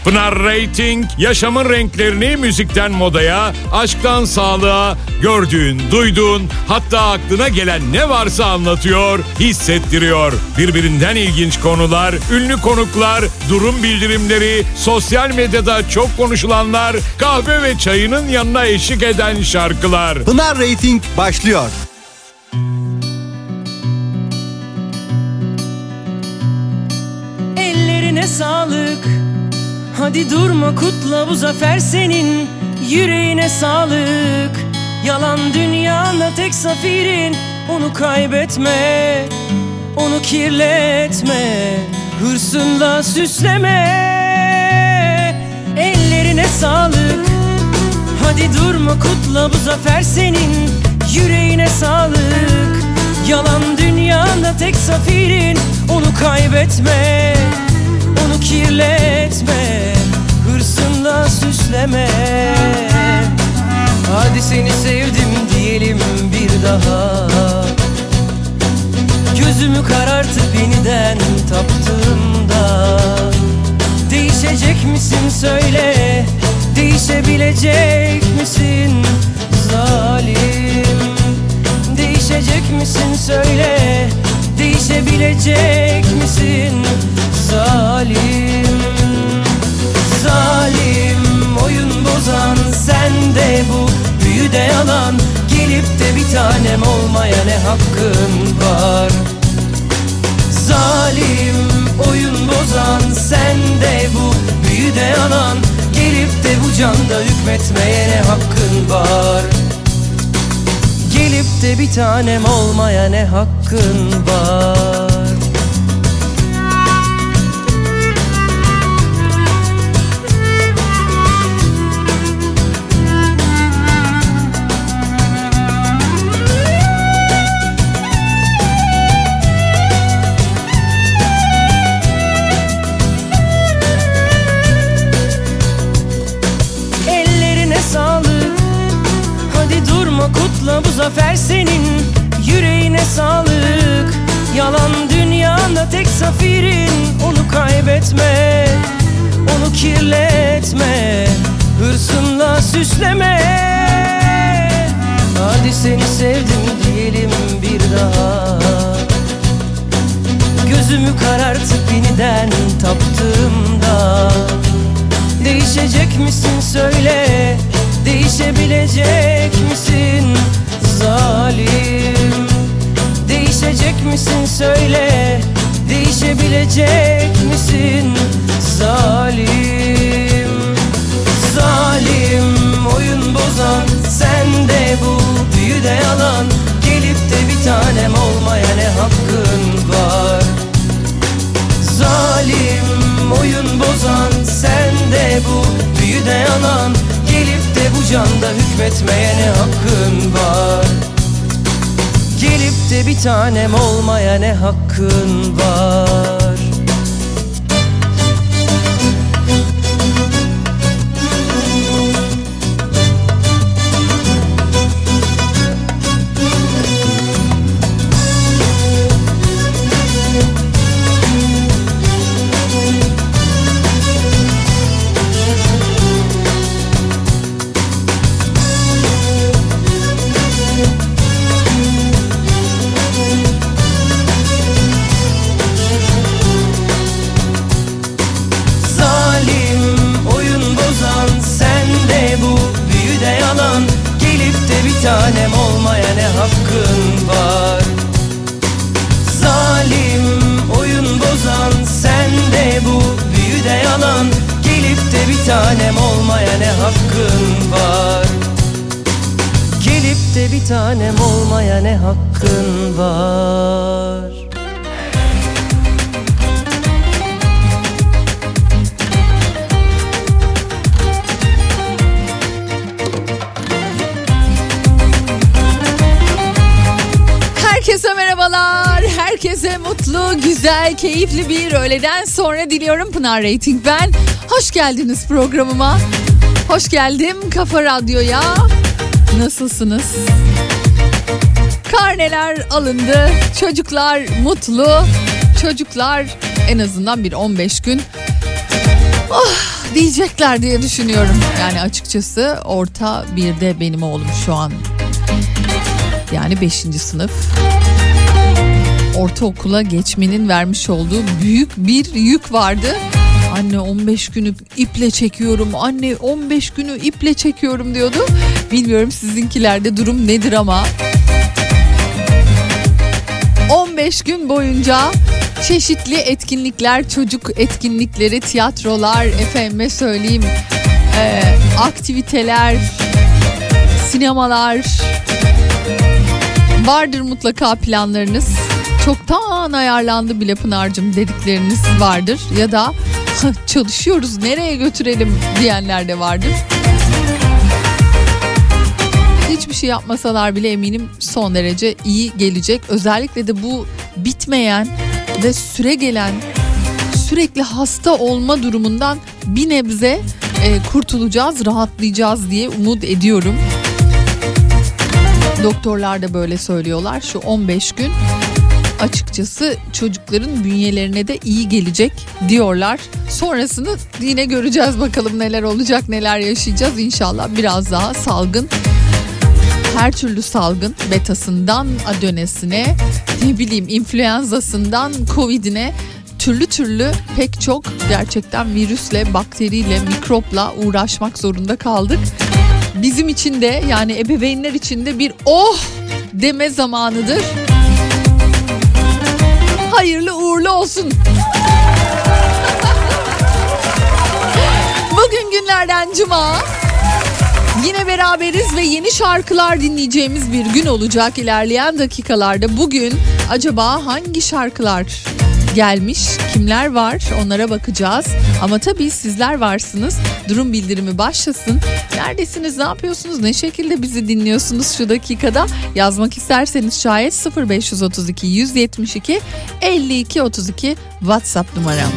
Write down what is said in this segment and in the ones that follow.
Pınar Rating, yaşamın renklerini müzikten modaya, aşktan sağlığa, gördüğün, duyduğun, hatta aklına gelen ne varsa anlatıyor, hissettiriyor. Birbirinden ilginç konular, ünlü konuklar, durum bildirimleri, sosyal medyada çok konuşulanlar, kahve ve çayının yanına eşlik eden şarkılar. Pınar Rating başlıyor. Ellerine sağlık. Hadi durma, kutla bu zafer senin. Yüreğine sağlık. Yalan dünyanda tek zafirin. Onu kaybetme, onu kirletme, hırsınla süsleme. Ellerine sağlık. Hadi durma, kutla bu zafer senin. Yüreğine sağlık. Yalan dünyanda tek zafirin. Onu kaybetme, onu kirletme, hırsınla süsleme. Hadi seni sevdim diyelim bir daha. Gözümü karartıp yeniden taptığımda. Değişecek misin söyle, değişebilecek misin zalim? Değişecek misin söyle, değişebilecek misin zalim? Zalim, oyun bozan sen de bu büyüde yalan. Gelip de bir tanem olmaya ne hakkın var? Zalim, oyun bozan sen de bu büyüde yalan. Gelip de bu canda hükmetmeye ne hakkın var? Gelip de bir tanem olmaya ne hakkın var? Ellerine sağlık. Hadi durma, kutla bu zafer senin. Yüreğine sağlık. Yalan dünyanda tek zafirin. Onu kaybetme, onu kirletme, hırsınla süsleme. Hadi seni sevdim diyelim bir daha. Gözümü karartıp yeniden taptığımda. Değişecek misin söyle, değişebilecek misin zalim? Değişecek misin söyle, değişebilecek misin zalim? Zalim, oyun bozan sen de bu büyüde yalan. Gelip de bir tanem olmaya ne hakkın var? Zalim, oyun bozan sen de bu büyüde yalan. Gelip de bu canda hükmetmeye ne hakkın var? Gelip de bir tanem olmaya ne hakkın var? Tanem olmaya ne hakkın var? Zalim, oyun bozan sen de bu büyüde yalan. Gelip de bir tanem olmaya ne hakkın var? Gelip de bir tanem olmaya ne hakkın var? Herkese merhabalar, herkese mutlu, güzel, keyifli bir öğleden sonra diliyorum. Pınar Rating ben. Hoş geldiniz programıma. Hoş geldim Kafa Radyo'ya. Nasılsınız? Karneler alındı, çocuklar mutlu. Çocuklar en azından bir 15 gün diyecekler diye düşünüyorum. Yani açıkçası orta 1'de benim oğlum şu an. Yani 5. sınıf. Ortaokula geçmenin vermiş olduğu büyük bir yük vardı. Anne 15 günü iple çekiyorum, anne 15 günü iple çekiyorum diyordu. Bilmiyorum sizinkilerde durum nedir ama 15 gün boyunca çeşitli etkinlikler, çocuk etkinlikleri, tiyatrolar, efendime söyleyeyim aktiviteler, sinemalar vardır mutlaka planlarınız. Çoktan ayarlandı bile Pınar'cığım dedikleriniz vardır ya da çalışıyoruz nereye götürelim diyenler de vardır. Hiçbir şey yapmasalar bile eminim son derece iyi gelecek. Özellikle de bu bitmeyen ve süre gelen sürekli hasta olma durumundan bir nebze kurtulacağız, rahatlayacağız diye umut ediyorum. Doktorlar da böyle söylüyorlar. Şu 15 gün açıkçası çocukların bünyelerine de iyi gelecek diyorlar. Sonrasını yine göreceğiz bakalım neler olacak, neler yaşayacağız. İnşallah biraz daha salgın, her türlü salgın, betasından adönesine, ne bileyim influenzasından covid'ine, türlü pek çok gerçekten virüsle, bakteriyle, mikropla uğraşmak zorunda kaldık. Bizim için de yani ebeveynler için de bir oh deme zamanıdır. Hayırlı uğurlu olsun. Bugün günlerden cuma. Yine beraberiz ve yeni şarkılar dinleyeceğimiz bir gün olacak ilerleyen dakikalarda. Bugün acaba hangi şarkılar gelmiş, kimler var onlara bakacağız. Ama tabii sizler varsınız. Durum bildirimi başlasın. Neredesiniz, ne yapıyorsunuz, ne şekilde bizi dinliyorsunuz şu dakikada? Yazmak isterseniz şayet 0532 172 52 32 WhatsApp numaram.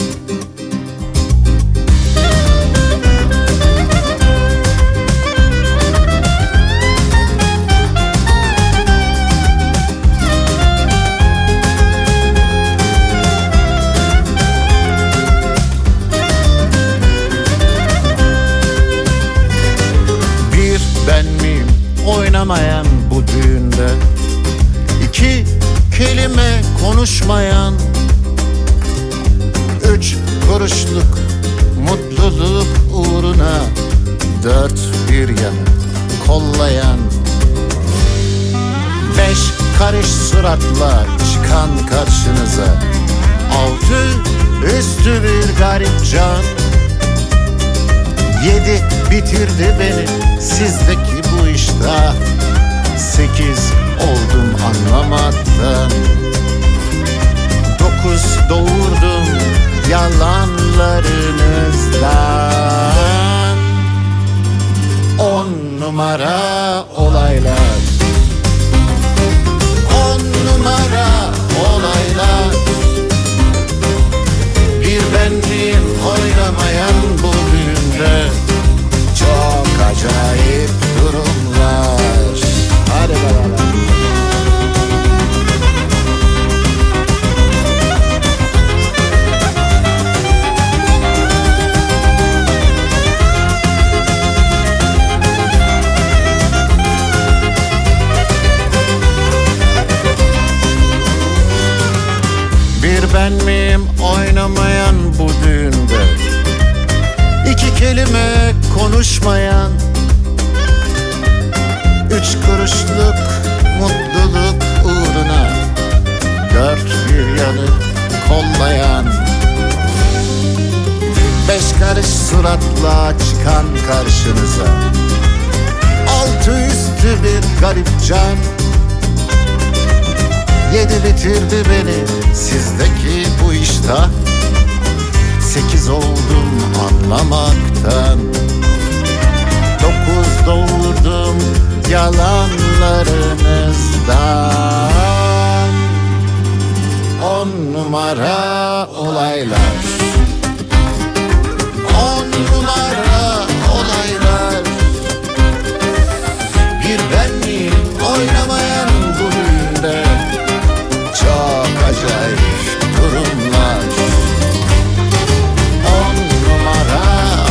Oynamayan bu düğünde, iki kelime konuşmayan, 3 kuruşluk mutluluk uğruna 4 bir yanı kollayan, 5 karış suratla çıkan karşınıza, 6 üstü bir garip can, 7 bitirdi beni sizdeki bu iştah, 8 oldum anlamaktan, 9 doğurdum yalanlarınızdan, 10 numara olaylar, 10 numara olaylar, bir benliğim oynamayan bu düğünde, çok acayip durumlar. Hadi beraber. Bir ben miyim oynamayan bu düğünde, İki kelime konuşmayan, 3 kuruşluk mutluluk uğruna 4 bir yanı kollayan, 5 karış suratla çıkan karşınıza, 6 üstü bir garip can, 7 bitirdi beni sizdeki bu iştah, 8 oldum anlamaktan, 9 doğurdum yalanlarınızdan, 10 numara olaylar, 10 numara olaylar, bir benliğim oynamayan bu düğünde, çok acayip durumlar, 10 numara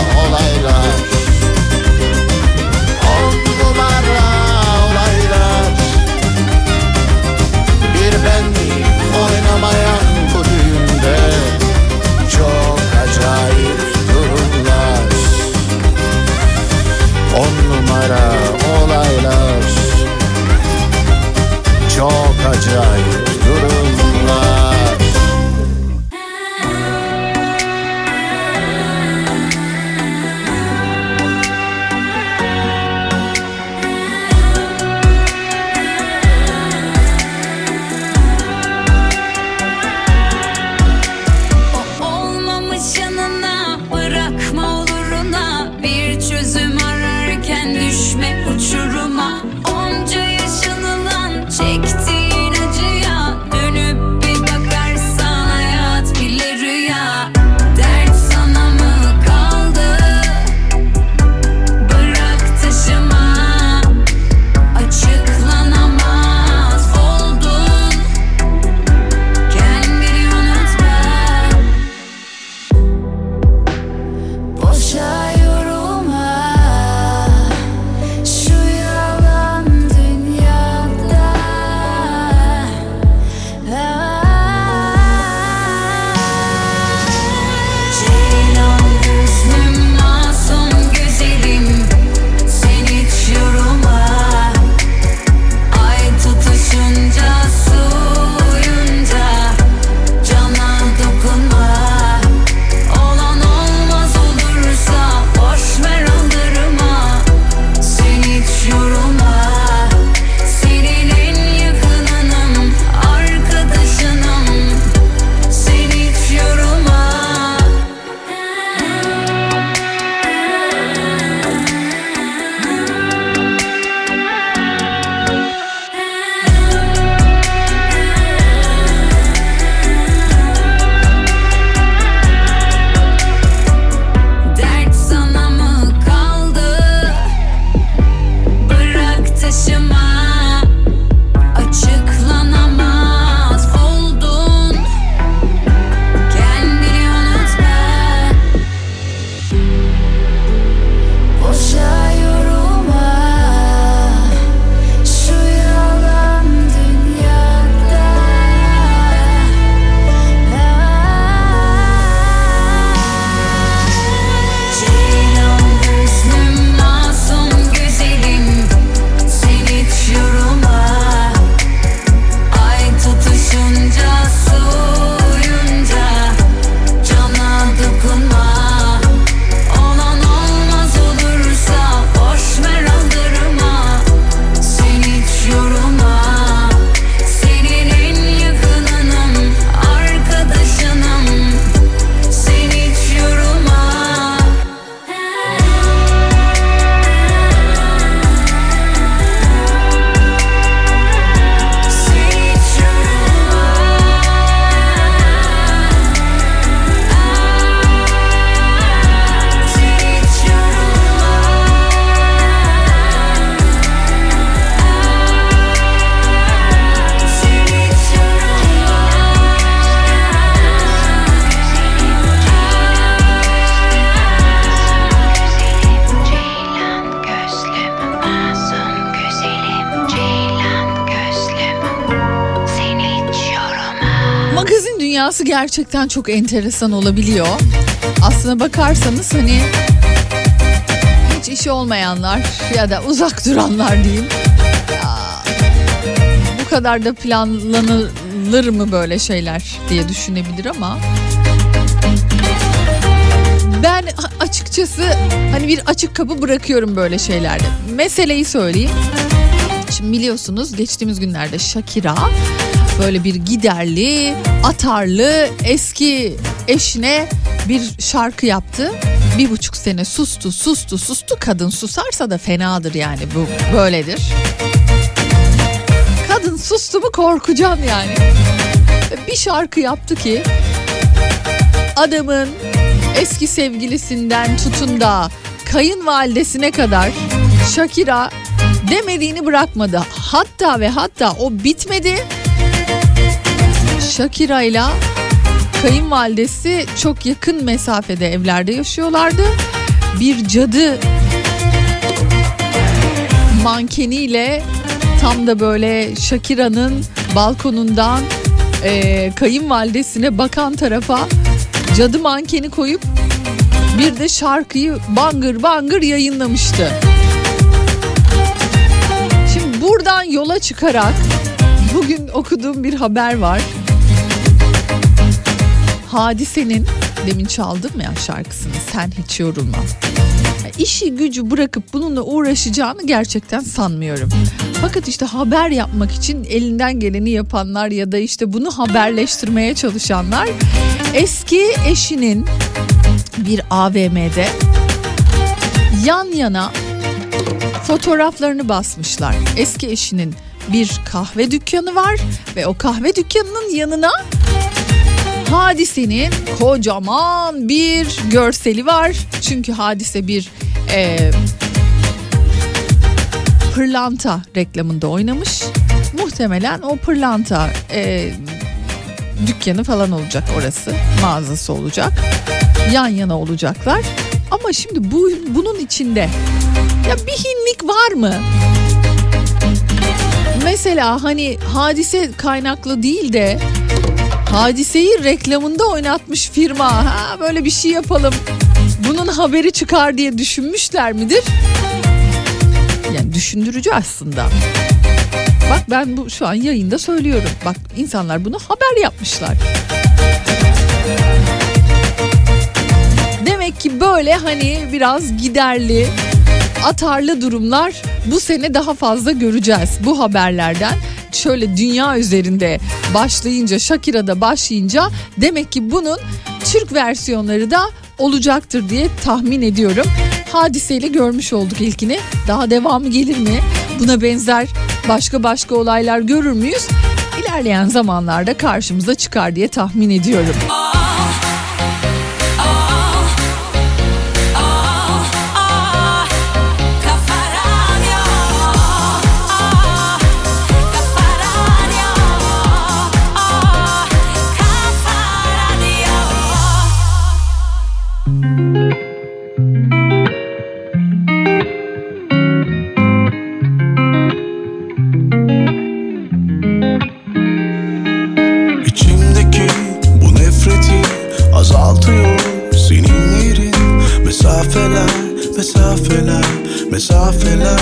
dünyası gerçekten çok enteresan olabiliyor. Aslına bakarsanız hani hiç işi olmayanlar ya da uzak duranlar diyeyim. Ya, bu kadar da planlanılır mı böyle şeyler diye düşünebilir ama ben açıkçası hani bir açık kapı bırakıyorum böyle şeylerde. Meseleyi söyleyeyim. Şimdi biliyorsunuz geçtiğimiz günlerde Shakira böyle bir giderli, atarlı eski eşine bir şarkı yaptı. 1,5 sene sustu. Kadın susarsa da fenadır yani, bu böyledir. Kadın sustu mu korkacaksın yani. Bir şarkı yaptı ki adamın eski sevgilisinden tutun da kayınvalidesine kadar Shakira demediğini bırakmadı. Hatta o bitmedi. Shakira ile kayınvalidesi çok yakın mesafede evlerde yaşıyorlardı. Bir cadı mankeniyle tam da böyle Shakira'nın balkonundan kayınvalidesine bakan tarafa cadı mankeni koyup bir de şarkıyı bangır bangır yayınlamıştı. Şimdi buradan yola çıkarak bugün okuduğum bir haber var. Hadise'nin demin çaldım ya şarkısını, Sen Hiç Yorulma. İşi gücü bırakıp bununla uğraşacağını gerçekten sanmıyorum. Fakat işte haber yapmak için elinden geleni yapanlar ya da işte bunu haberleştirmeye çalışanlar eski eşinin bir AVM'de yan yana fotoğraflarını basmışlar. Eski eşinin bir kahve dükkanı var ve o kahve dükkanının yanına Hadise'nin kocaman bir görseli var. Çünkü Hadise bir pırlanta reklamında oynamış. Muhtemelen o pırlanta dükkanı falan olacak orası. Mağazası olacak. Yan yana olacaklar. Ama şimdi bunun içinde ya bir hinlik var mı? Mesela hani Hadise kaynaklı değil de Hadise'yi reklamında oynatmış firma. Ha, böyle bir şey yapalım, bunun haberi çıkar diye düşünmüşler midir? Yani düşündürücü aslında. Bak ben şu an yayında söylüyorum. Bak insanlar bunu haber yapmışlar. Demek ki böyle hani biraz giderli, atarlı durumlar bu sene daha fazla göreceğiz bu haberlerden. Şöyle dünya üzerinde başlayınca, Shakira'da başlayınca demek ki bunun Türk versiyonları da olacaktır diye tahmin ediyorum. Hadiseyle görmüş olduk ilkini. Daha devamı gelir mi? Buna benzer başka olaylar görür müyüz? İlerleyen zamanlarda karşımıza çıkar diye tahmin ediyorum. Mesafeler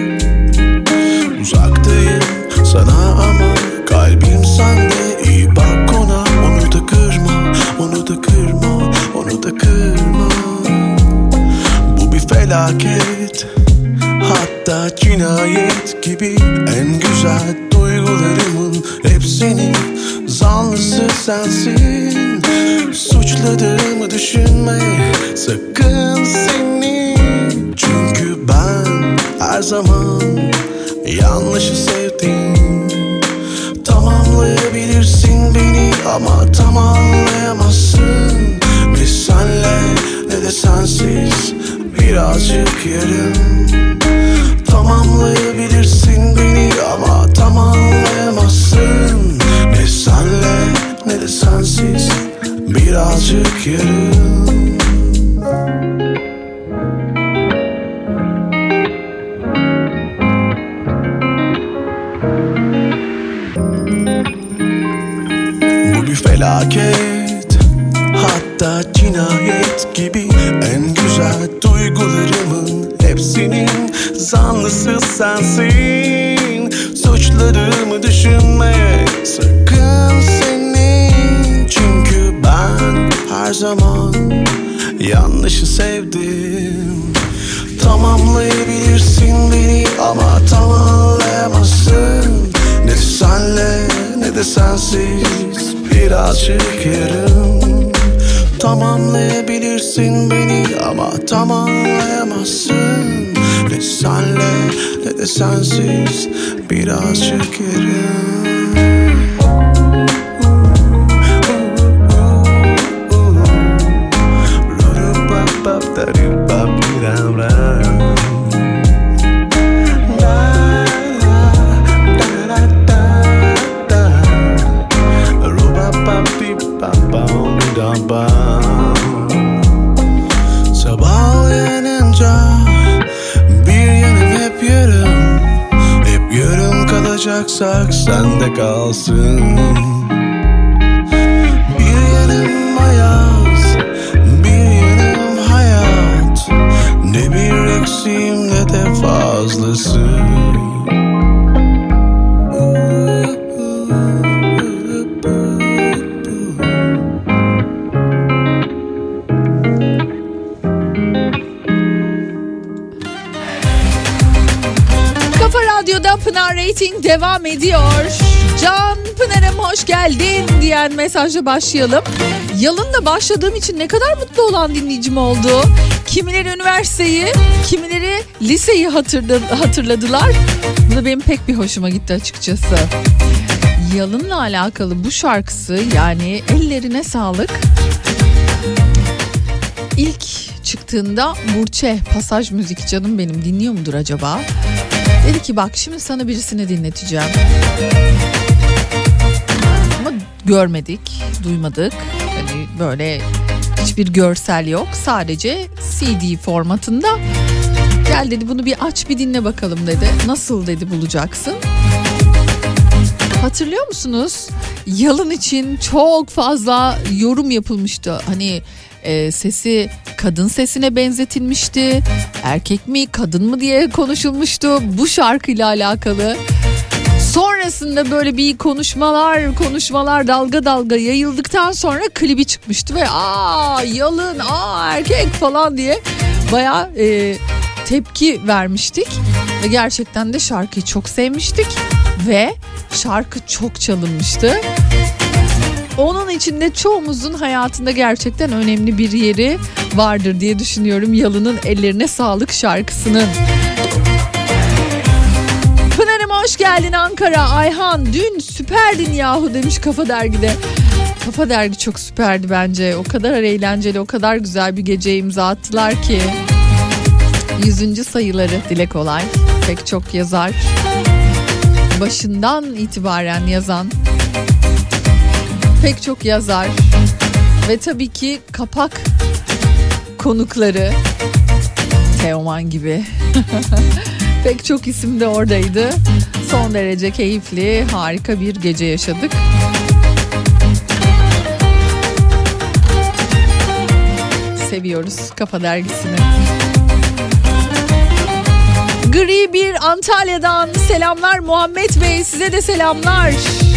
uzaktayım sana ama kalbim sende. İyi bak ona, onu da kırma, onu da kırma, onu da kırma. Bu bir felaket, hatta cinayet gibi. En güzel duygularımın hepsinin zanlısı sensin. Suçladığımı düşünme sakın seni. Çünkü ben her zaman yanlışı sevdim. Tamamlayabilirsin beni ama tamamlayamazsın. Ne senle ne de sensiz birazcık yarım. Tamamlayabilirsin beni ama tamamlayamazsın. Ne senle ne de sensiz birazcık yarım. Felaket, Güzel duygularımın hepsinin zanlısı sensin. Suçlarımı düşünme sakın senin. Çünkü ben her zaman yanlışı sevdim. Tamamlayabilirsin beni ama tamamlayamazsın. Ne senle ne de sensiz birazcık yarım. Tamamlayabilirsin beni ama tamamlayamazsın. Ne senle ne de sensiz birazcık yarım. Sabah uyanınca bir yanım hep yarım. Hep yarım kalacaksak sende kalsın. Bir yanım ayaz, bir yanım hayat. Ne bir eksiğim ne de fazlası. Pınar Rating devam ediyor. Can Pınar'ım hoş geldin diyen mesajla başlayalım. Yalın'la başladığım için ne kadar mutlu olan dinleyicim oldu. Kimileri üniversiteyi, kimileri liseyi hatırladılar. Bu da benim pek bir hoşuma gitti açıkçası. Yalın'la alakalı bu şarkısı, yani ellerine sağlık. İlk çıktığında Burçe Pasaj Müzik, canım benim, dinliyor mudur acaba? Dedi ki bak şimdi sana birisini dinleteceğim. Ama görmedik, duymadık. Hani böyle hiçbir görsel yok. Sadece CD formatında. Gel dedi, bunu bir aç bir dinle bakalım dedi. Nasıl dedi bulacaksın. Hatırlıyor musunuz? Yalın için çok fazla yorum yapılmıştı. Hani sesi kadın sesine benzetilmişti. Erkek mi kadın mı diye konuşulmuştu bu şarkıyla alakalı. Sonrasında böyle bir konuşmalar dalga dalga yayıldıktan sonra klibi çıkmıştı ve Yalın erkek falan diye bayağı tepki vermiştik. Ve gerçekten de şarkıyı çok sevmiştik ve şarkı çok çalınmıştı. Onun içinde çoğumuzun hayatında gerçekten önemli bir yeri vardır diye düşünüyorum Yalın'ın Ellerine Sağlık şarkısının. Pınar'ım hoş geldin Ankara. Ayhan dün süperdin yahu demiş Kafa Dergi'de. Kafa Dergi çok süperdi bence. O kadar eğlenceli, o kadar güzel bir geceye imza attılar ki. 100. sayıları dile kolay. Pek çok yazar. Başından itibaren yazan pek çok yazar ve tabii ki kapak konukları Teoman gibi pek çok isim de oradaydı. Son derece keyifli, harika bir gece yaşadık. Seviyoruz Kafa Dergisi'ni. Gri bir Antalya'dan selamlar Muhammed Bey, size de selamlar.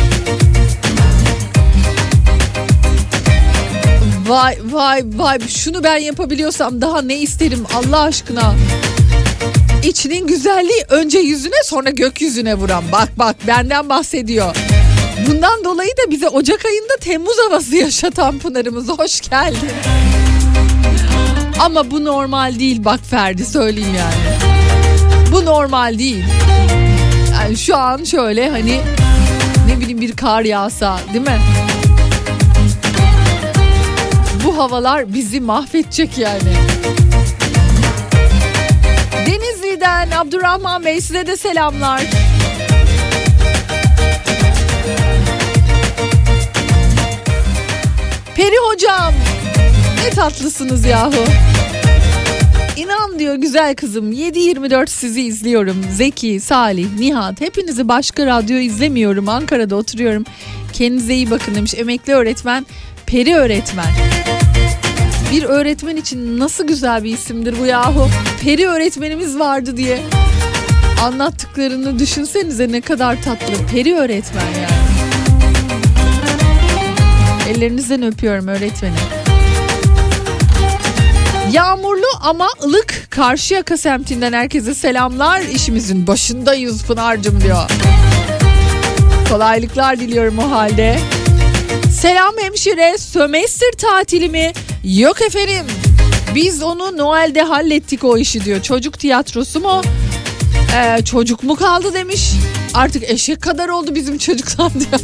Vay şunu ben yapabiliyorsam daha ne isterim Allah aşkına. İçinin güzelliği önce yüzüne sonra gökyüzüne vuran. Bak benden bahsediyor. Bundan dolayı da bize Ocak ayında Temmuz havası yaşatan Pınar'ımız hoş geldin. Ama bu normal değil bak Ferdi, söyleyeyim yani. Bu normal değil. Yani şu an şöyle hani ne bileyim bir kar yağsa değil mi? Bu havalar bizi mahvedecek yani. Denizli'den Abdurrahman Bey, size de selamlar. Peri hocam ne tatlısınız yahu. İnan diyor güzel kızım, 7/24 sizi izliyorum. Zeki, Salih, Nihat, hepinizi başka radyo izlemiyorum. Ankara'da oturuyorum. Kendinize iyi bakın demiş emekli öğretmen Peri öğretmen. Bir öğretmen için nasıl güzel bir isimdir bu yahu. Peri öğretmenimiz vardı diye anlattıklarını düşünsenize, ne kadar tatlı. Peri öğretmen yani. Ellerinizden öpüyorum öğretmenim. Yağmurlu ama ılık Karşıyaka semtinden herkese selamlar. İşimizin başındayız Pınar'cığım diyor. Kolaylıklar diliyorum o halde. Selam hemşire, sömestr tatili mi? Yok efendim. Biz onu Noel'de hallettik o işi diyor. Çocuk tiyatrosu mu? Çocuk mu kaldı demiş. Artık eşek kadar oldu bizim çocuklar diyor.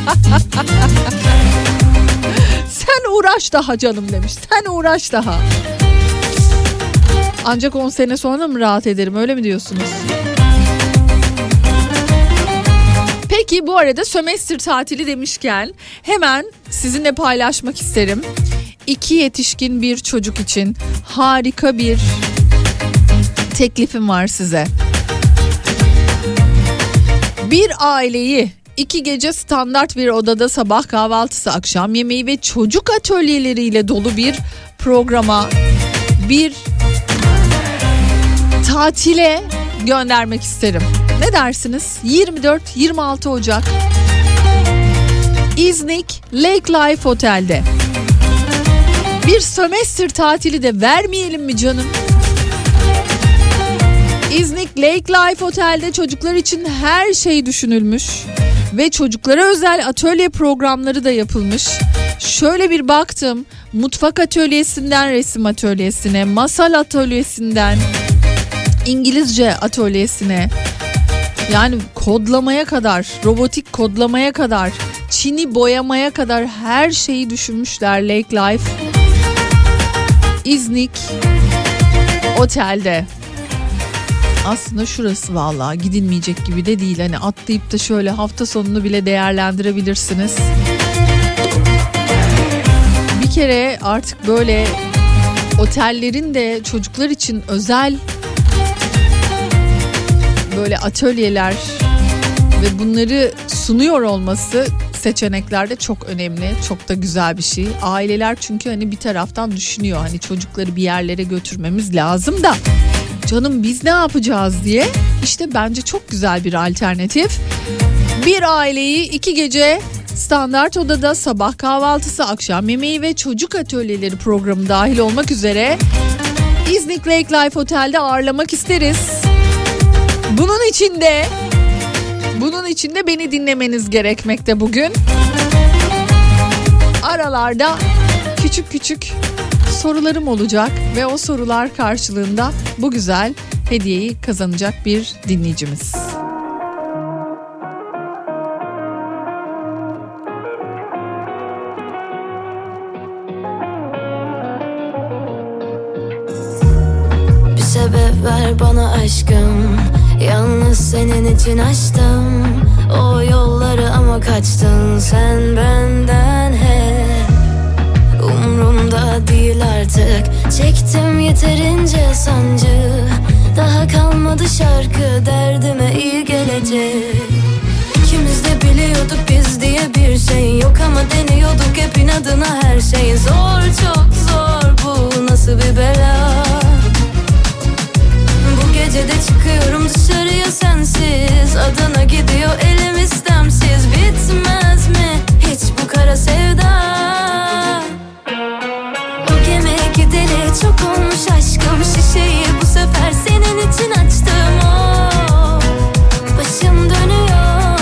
Sen uğraş daha canım demiş. Sen uğraş daha. Ancak 10 sene sonra mı rahat ederim, öyle mi diyorsunuz? Peki bu arada sömestr tatili demişken hemen sizinle paylaşmak isterim. 2 yetişkin bir çocuk için harika bir teklifim var size. Bir aileyi 2 gece standart bir odada sabah kahvaltısı, akşam yemeği ve çocuk atölyeleriyle dolu bir programa, bir tatile göndermek isterim. Ne dersiniz? 24-26 Ocak İznik Lake Life Otel'de. Bir sömestr tatili de vermeyelim mi canım? İznik Lake Life Otel'de çocuklar için her şey düşünülmüş ve çocuklara özel atölye programları da yapılmış. Şöyle bir baktım, mutfak atölyesinden resim atölyesine, masal atölyesinden İngilizce atölyesine, yani kodlamaya kadar, robotik kodlamaya kadar, çini boyamaya kadar her şeyi düşünmüşler Lake Life İznik Otel'de. Aslında şurası vallahi gidilmeyecek gibi de değil. Hani atlayıp da şöyle hafta sonunu bile değerlendirebilirsiniz. Bir kere artık böyle otellerin de çocuklar için özel böyle atölyeler ve bunları sunuyor olması seçeneklerde çok önemli, çok da güzel bir şey. Aileler çünkü hani bir taraftan düşünüyor, hani çocukları bir yerlere götürmemiz lazım da canım biz ne yapacağız diye. İşte bence çok güzel bir alternatif. Bir aileyi 2 gece standart odada sabah kahvaltısı, akşam yemeği ve çocuk atölyeleri programı dahil olmak üzere İznik Lake Life Otel'de ağırlamak isteriz. Bunun için de beni dinlemeniz gerekmekte bugün. Aralarda küçük sorularım olacak ve o sorular karşılığında bu güzel hediyeyi kazanacak bir dinleyicimiz. Bir sebep ver bana aşkım, yalnız senin için açtım o yolları ama kaçtın sen benden hep. Umrumda değil artık, çektim yeterince sancı, daha kalmadı şarkı derdime iyi gelecek. İkimiz de biliyorduk biz diye bir şey yok ama deniyorduk hep inadına her şey. Zor, çok zor, bu nasıl bir bela. Bu gece de çıkıyorum dışarıya sensiz, Adana gidiyor elim istemsiz. Bitmez mi hiç bu kara sevda? O gemi gideli çok olmuş aşkım, şişeyi bu sefer senin için açtım. Oh, başım dönüyor,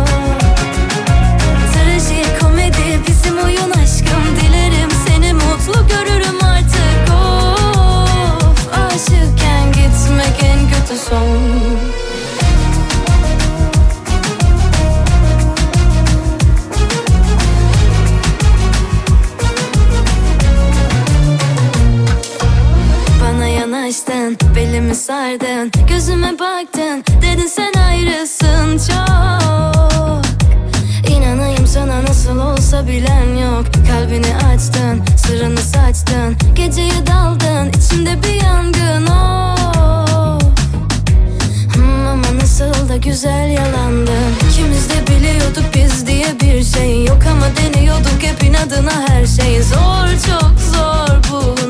trajikomedi bizim oyun aşkım. Dilerim seni mutlu görürüm artık. Of, aşıkken gitmek en kötü son. Bana yanaştın, belimi sardın, gözüme baktın, dedin sen ayrısın çok. İnanayım sana nasıl olsa bilen yok. Kalbini açtın, sırrını saçtın, geceye daldın, içimde bir yangın. Oh. Ama nasıl da güzel yalandın. İkimiz de biliyorduk biz diye bir şey yok ama deniyorduk hep inadına her şey. Zor, çok zor, bu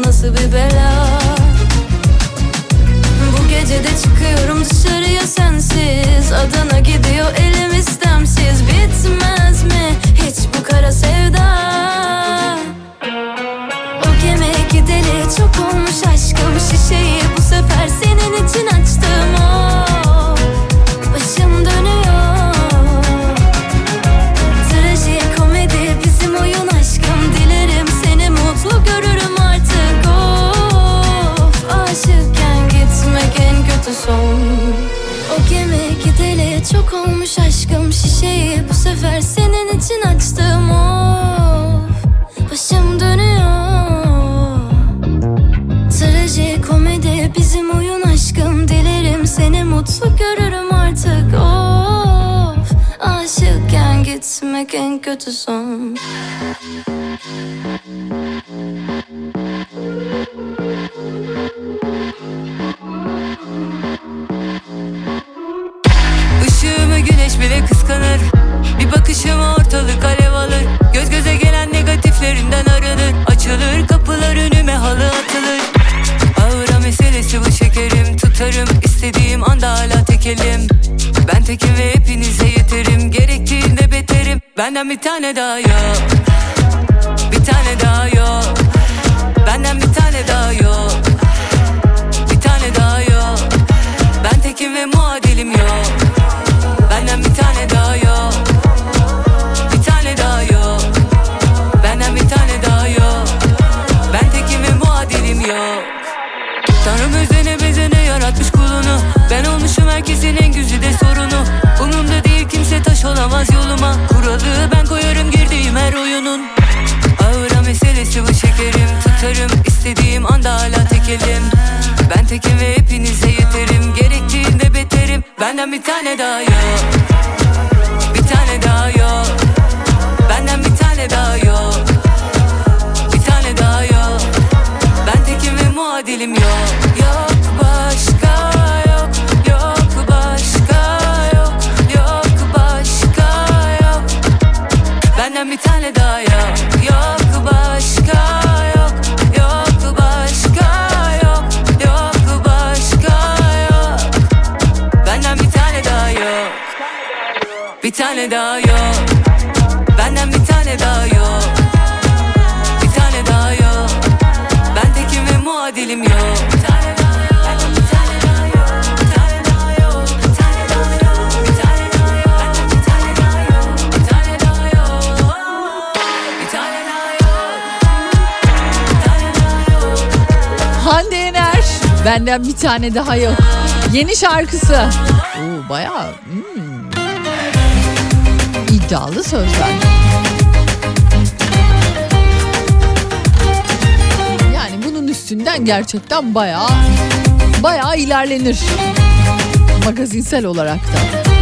çok olmuş aşkım, şişeyi bu sefer senin için açtım. Of, başım dönüyor. Trajikomedi bizim oyun aşkım, dilerim seni mutlu görürüm artık. Of, aşıkken gitmek en kötü son. Işığımı güneş bile kıskanır, bir bakışıma ortalık alev alır. Göz göze gelen negatiflerinden arınır, açılır kapılar önüme, halı atılır. Ağıra meselesi bu şekerim, tutarım istediğim anda hala tekelim. Ben tekim ve hepinize yeterim, gerektiğinde beterim. Benden bir tane daha yok, bir tane daha yok. Benden bir tane daha yok, bir tane daha yok. Ben tekim ve muadilim yok. Benden bir tane daha yok, bir tane daha yok. Benden bir tane daha yok. Ben tekim ve muadilim yok. Tanrım özene bezene yaratmış kulunu. Ben olmuşum herkesin en güzide sorunu. Umurumda değil kimse, taş olamaz yoluma. Kuralı ben koyarım girdiğim her oyunun. Ağıra meselesi bu şekerim, tutarım istediğim anda hala tekelim. Ben tekim ve hepinize yeterim, gerektiğinde beterim. Benden bir tane daha yok, bir tane daha yok. Benden bir tane daha yok, bir tane daha yok. Ben tekim ve muadilim yok. Yok başka yok, yok başka yok, yok başka yok. Benden bir tane daha yok, yok başka yok, yok başka yok, yok başka yok. Benden bir tane daha yok, bir tane daha yok. Benden bir tane daha yok, bir tane daha yok. Ben tekim ve muadilim yok. Bir tane daha yok, bir tane daha yok, bir tane daha yok, bir tane daha yok, bir tane daha yok. Benden bir tane daha yok, bir tane daha yok, bir tane daha yok, bir tane daha yok. Hande Yener, benden bir tane daha yok. Yeni şarkısı. Oo, bayağı iddialı sözler. Yani bunun üstünden gerçekten bayağı ilerlenir. Magazinsel olarak da.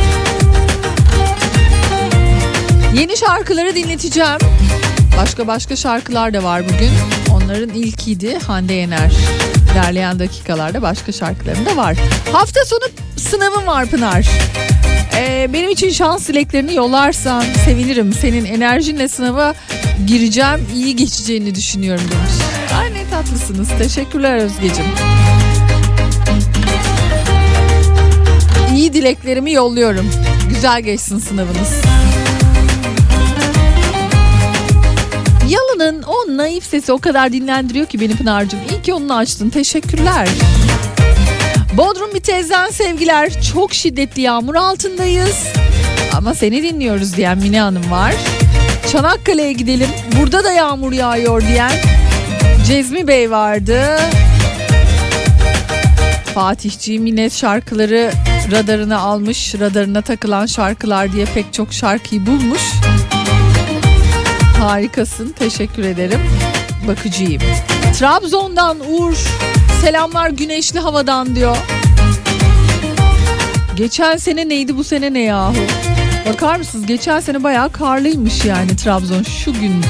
Yeni şarkıları dinleteceğim. Başka şarkılar da var bugün. Onların ilkiydi Hande Yener. İlerleyen dakikalarda başka şarkılarım da var. Hafta sonu sınavım var Pınar. Benim için şans dileklerini yollarsan sevinirim. Senin enerjinle sınava gireceğim, iyi geçeceğini düşünüyorum demiş. Ay ne tatlısınız. Teşekkürler Özgeciğim. İyi dileklerimi yolluyorum. Güzel geçsin sınavınız. Yalın'ın o naif sesi o kadar dinlendiriyor ki beni Pınar'cığım. İyi ki onu açtın. Teşekkürler. Bodrum bir teyzen sevgiler. Çok şiddetli yağmur altındayız. Ama seni dinliyoruz diyen Mine Hanım var. Çanakkale'ye gidelim. Burada da yağmur yağıyor diyen Cezmi Bey vardı. Fatihciğim yine şarkıları radarına almış. Radarına takılan şarkılar diye pek çok şarkıyı bulmuş. Harikasın. Teşekkür ederim. Bakıcıyım. Trabzon'dan Uğur. Selamlar güneşli havadan diyor. Geçen sene neydi, bu sene ne yahu? Bakar mısınız? Geçen sene bayağı karlıymış yani Trabzon şu gün.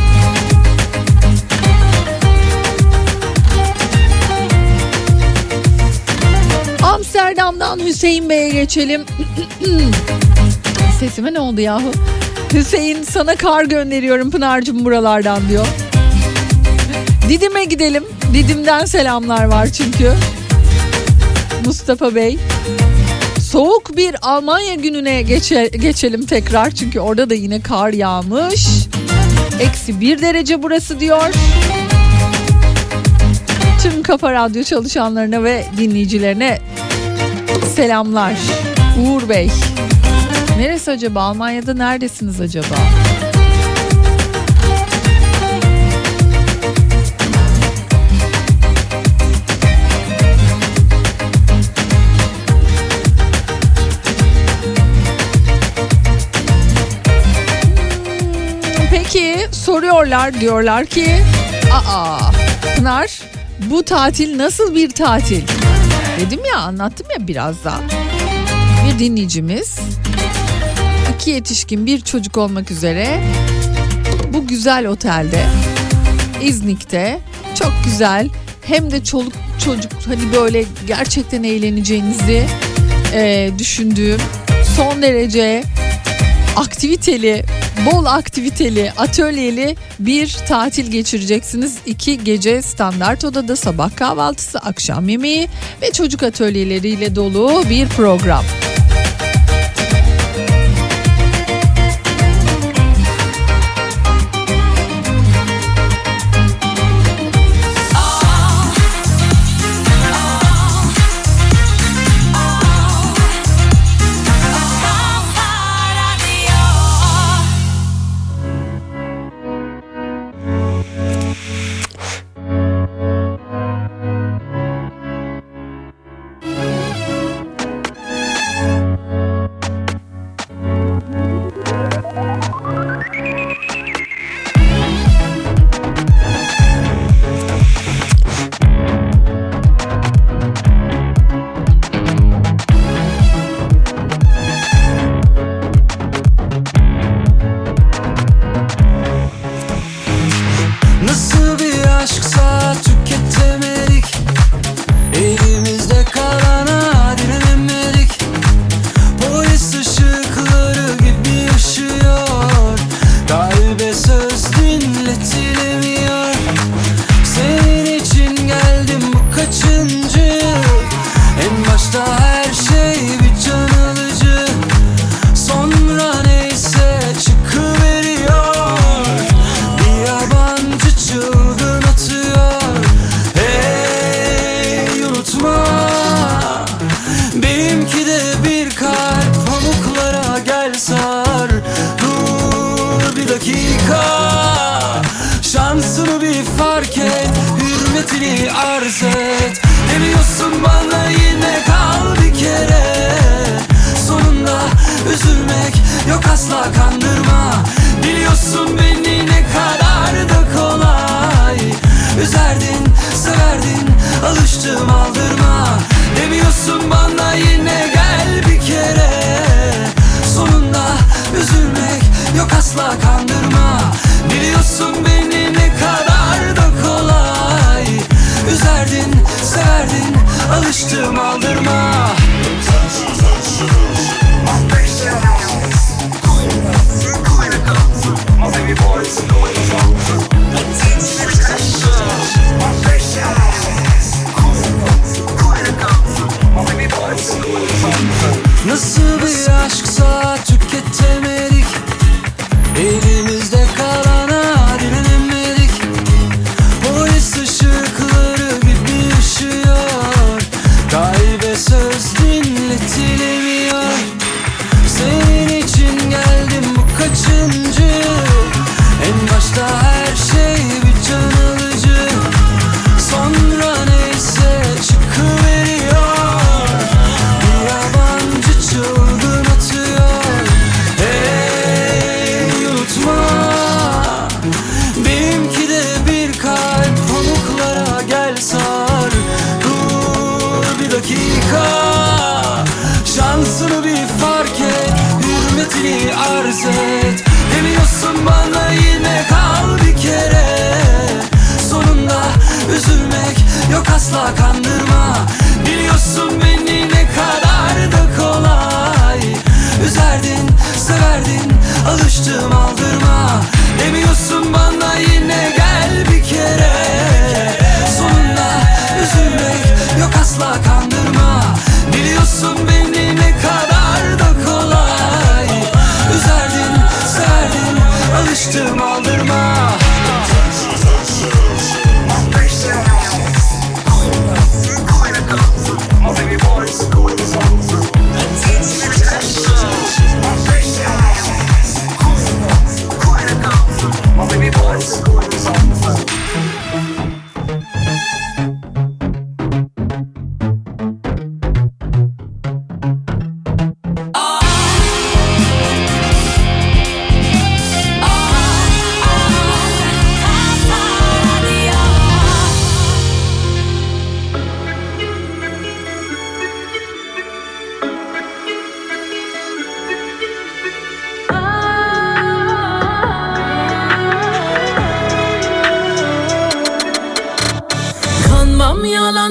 Amsterdam'dan Hüseyin Bey'e geçelim. Sesime ne oldu yahu? Hüseyin sana kar gönderiyorum Pınar'cığım buralardan diyor. Didim'e gidelim. Didim'den selamlar var çünkü. Mustafa Bey. Soğuk bir Almanya gününe geçelim tekrar. Çünkü orada da yine kar yağmış. -1 derece burası diyor. Tüm Kafa Radyo çalışanlarına ve dinleyicilerine selamlar. Uğur Bey. Neresi acaba? Almanya'da neredesiniz acaba? soruyorlar, diyorlar ki Pınar, bu tatil nasıl bir tatil? Dedim ya, anlattım ya biraz daha. Bir dinleyicimiz 2 yetişkin bir çocuk olmak üzere bu güzel otelde İznik'te çok güzel, hem de çoluk çocuk hani böyle gerçekten eğleneceğinizi düşündüğüm son derece aktiviteli, bol aktiviteli, atölyeli bir tatil geçireceksiniz. 2 gece standart odada, sabah kahvaltısı, akşam yemeği ve çocuk atölyeleriyle dolu bir program.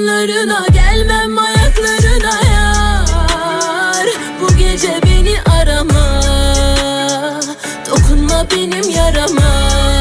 yanlarına gelmem ayaklarına yar. Bu gece beni arama, dokunma benim yarama.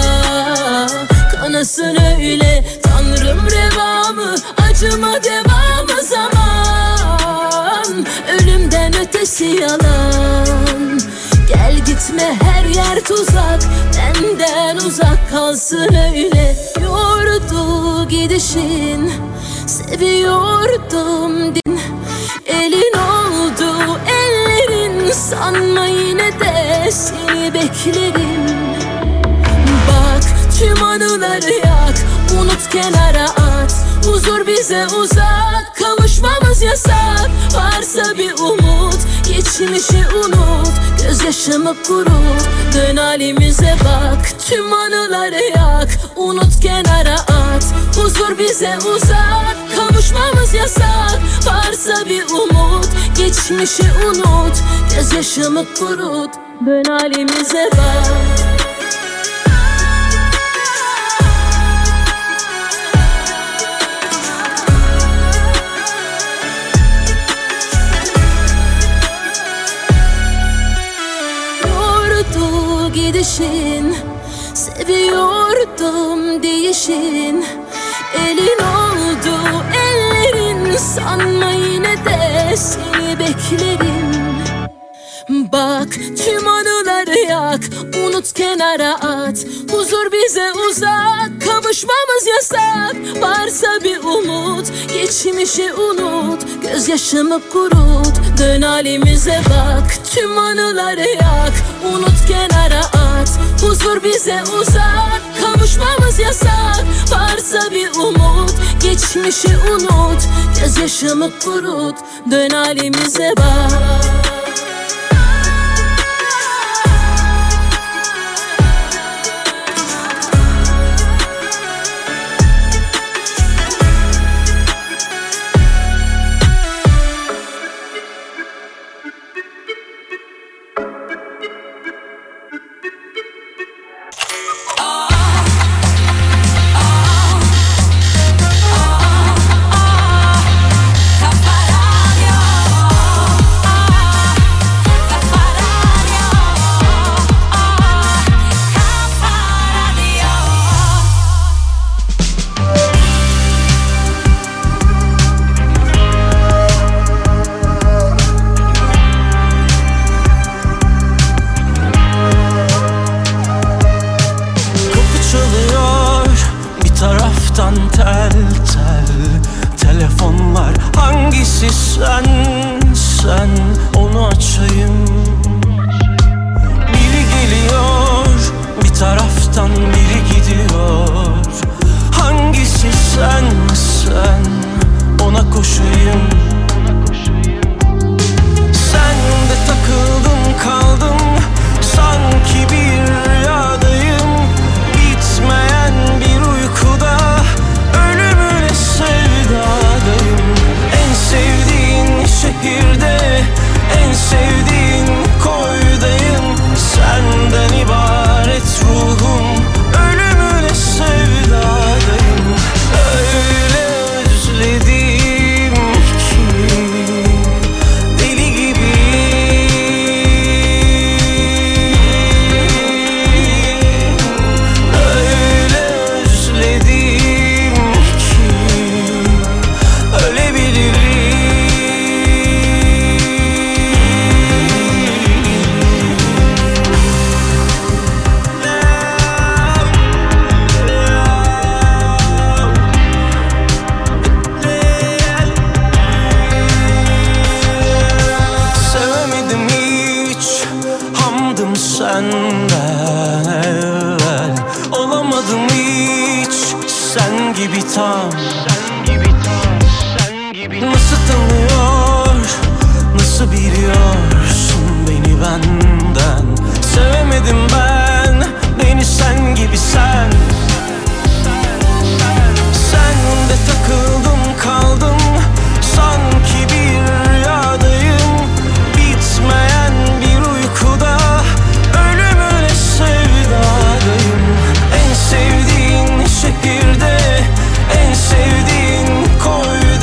Kanasın öyle Tanrım revamı, acıma devamı zaman. Ölümden ötesi yalan. Gel gitme her yer tuzak, benden uzak kalsın öyle. Yordu gidişin, seviyordum din. Elin oldu ellerin, sanma yine de seni beklerim. Bak tüm anıları yak, unut kenara at. Huzur bize uzak, kavuşmamız yasak. Varsa bir umut, geçmişi unut. Gözyaşımı kurut, dön halimize bak. Tüm anıları yak, unut kenara at. Huzur bize uzak, kavuşmamız yasak. Varsa bir umut, geçmişi unut. Gözyaşımı kurut, dön halimize bak. Gidişin, seviyordum değişin. Elin oldu ellerin, sanma yine de seni beklerim. Bak tüm anıları yak, unut kenara at. Huzur bize uzak, kavuşmamız yasak. Varsa bir umut, geçmişi unut. Gözyaşımı kurut, dön halimize bak. Tüm anıları yak, unut kenara at. Huzur bize uzak, kavuşmamız yasak. Varsa bir umut, geçmişi unut. Gözyaşımı kurut, dön halimize bak. En sevdiğin şehirde, en sevdiğin koyda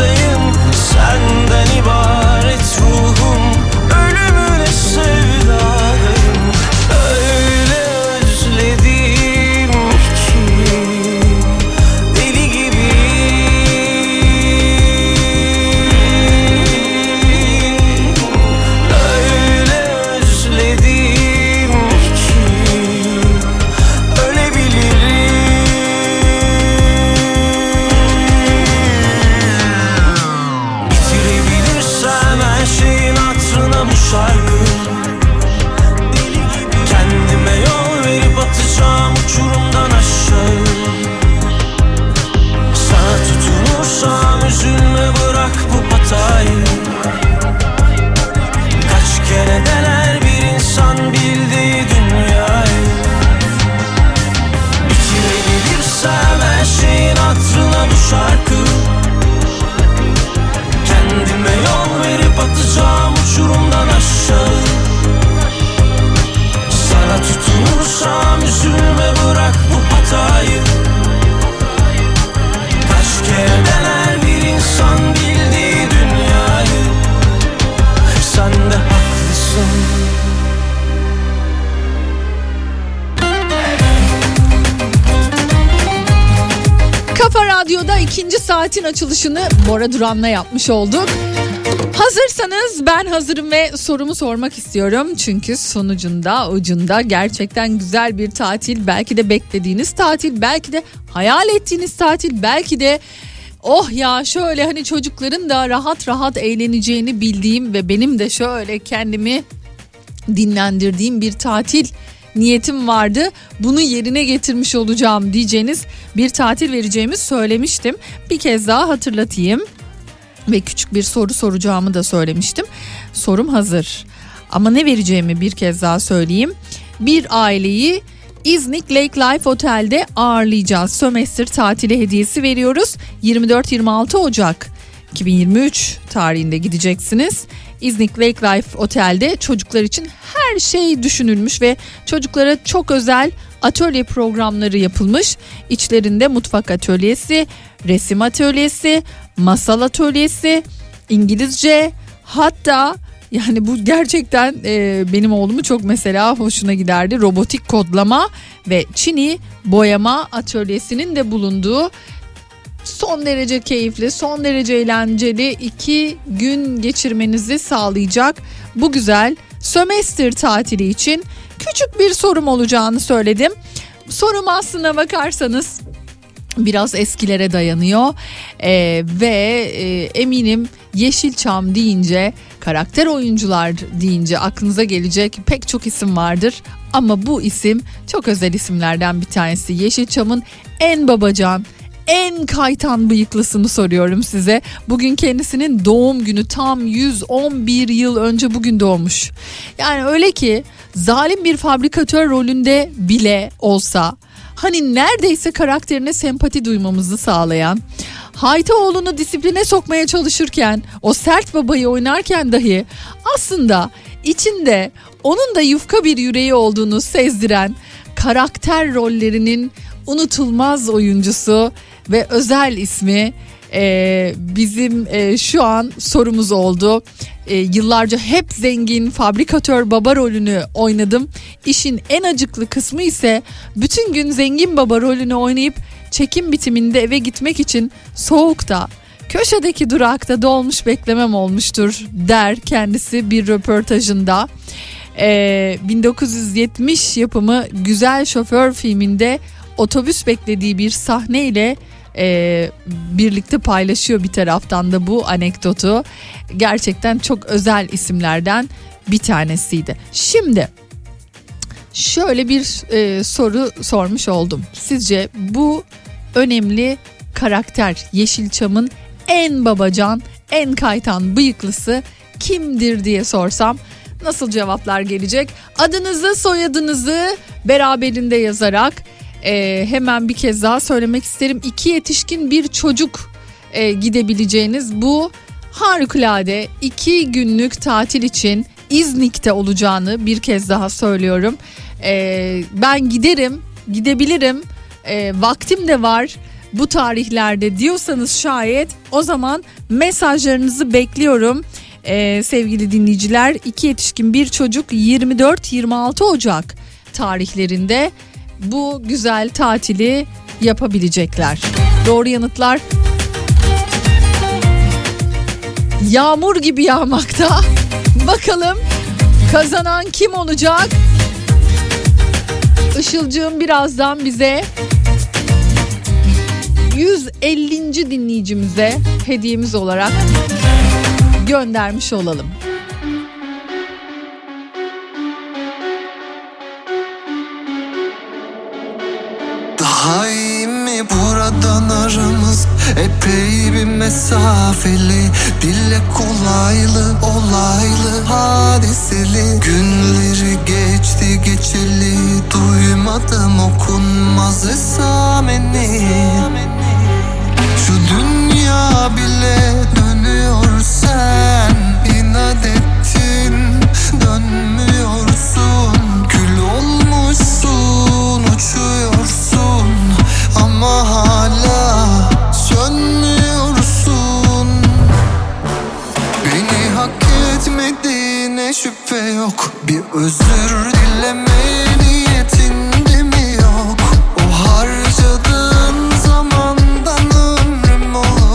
saatin açılışını Bora Duran'la yapmış olduk. Hazırsanız ben hazırım ve sorumu sormak istiyorum. Çünkü sonucunda, ucunda gerçekten güzel bir tatil. Belki de beklediğiniz tatil, belki de hayal ettiğiniz tatil, belki de oh ya şöyle hani çocukların da rahat rahat eğleneceğini bildiğim ve benim de şöyle kendimi dinlendirdiğim bir tatil niyetim vardı. Bunu yerine getirmiş olacağım diyeceğiniz bir tatil vereceğimi söylemiştim. Bir kez daha hatırlatayım. Ve küçük bir soru soracağımı da söylemiştim. Sorum hazır. Ama ne vereceğimi bir kez daha söyleyeyim. Bir aileyi İznik Lake Life Otel'de ağırlayacağız. Sömestr tatili hediyesi veriyoruz. 24-26 Ocak 2023 tarihinde gideceksiniz. İznik Lake Life Otel'de çocuklar için her şey düşünülmüş ve çocuklara çok özel atölye programları yapılmış. İçlerinde mutfak atölyesi, resim atölyesi, masal atölyesi, İngilizce, hatta yani bu gerçekten benim oğlumu çok mesela hoşuna giderdi. Robotik kodlama ve çini boyama atölyesinin de bulunduğu son derece keyifli, son derece eğlenceli 2 gün geçirmenizi sağlayacak bu güzel sömestr tatili için küçük bir sorum olacağını söyledim. Sorum aslına bakarsanız biraz eskilere dayanıyor ve eminim Yeşilçam deyince, karakter oyuncular deyince aklınıza gelecek pek çok isim vardır. Ama bu isim çok özel isimlerden bir tanesi. Yeşilçam'ın en babacan, en kaytan bıyıklısını soruyorum size. Bugün kendisinin doğum günü, tam 111 yıl önce bugün doğmuş. Yani öyle ki zalim bir fabrikatör rolünde bile olsa, hani neredeyse karakterine sempati duymamızı sağlayan, Haytaoğlu'nu disipline sokmaya çalışırken, o sert babayı oynarken dahi aslında içinde onun da yufka bir yüreği olduğunu sezdiren karakter rollerinin unutulmaz oyuncusu ve özel ismi bizim şu an sorumuz oldu. Yıllarca hep zengin fabrikatör baba rolünü oynadım. İşin en acıklı kısmı ise bütün gün zengin baba rolünü oynayıp çekim bitiminde eve gitmek için soğukta köşedeki durakta dolmuş beklemem olmuştur der kendisi bir röportajında. 1970 yapımı Güzel Şoför filminde otobüs beklediği bir sahneyle birlikte paylaşıyor bir taraftan da bu anekdotu. Gerçekten çok özel isimlerden bir tanesiydi. Şimdi şöyle bir soru sormuş oldum. Sizce bu önemli karakter, Yeşilçam'ın en babacan, en kaytan bıyıklısı kimdir diye sorsam nasıl cevaplar gelecek? Adınızı, soyadınızı beraberinde yazarak hemen bir kez daha söylemek isterim. 2 yetişkin bir çocuk gidebileceğiniz bu harikulade 2 günlük tatil için İznik'te olacağını bir kez daha söylüyorum. Ben gidebilirim, vaktim de var bu tarihlerde diyorsanız şayet, o zaman mesajlarınızı bekliyorum. Sevgili dinleyiciler, 2 yetişkin bir çocuk 24-26 Ocak tarihlerinde bu güzel tatili yapabilecekler. Doğru yanıtlar yağmur gibi yağmakta. Bakalım kazanan kim olacak? Işılcığım birazdan bize 150. dinleyicimize hediyemiz olarak göndermiş olalım. Daha iyi mi buradan aramız? Epey bir mesafeli, dile kolaylı, olaylı, hadiseli. Günleri geçti geçeli, duymadım okunmaz esameni. Şu dünya bile dönüyor, sen inat ettin, dönmüyorsun. Gül olmuşsun, uçuyorsun ama hala sönmüyorsun. Beni hak etmediğine şüphe yok, bir özür dileme niyetinde mi yok? O harcadığın zamandan ömrüm olur.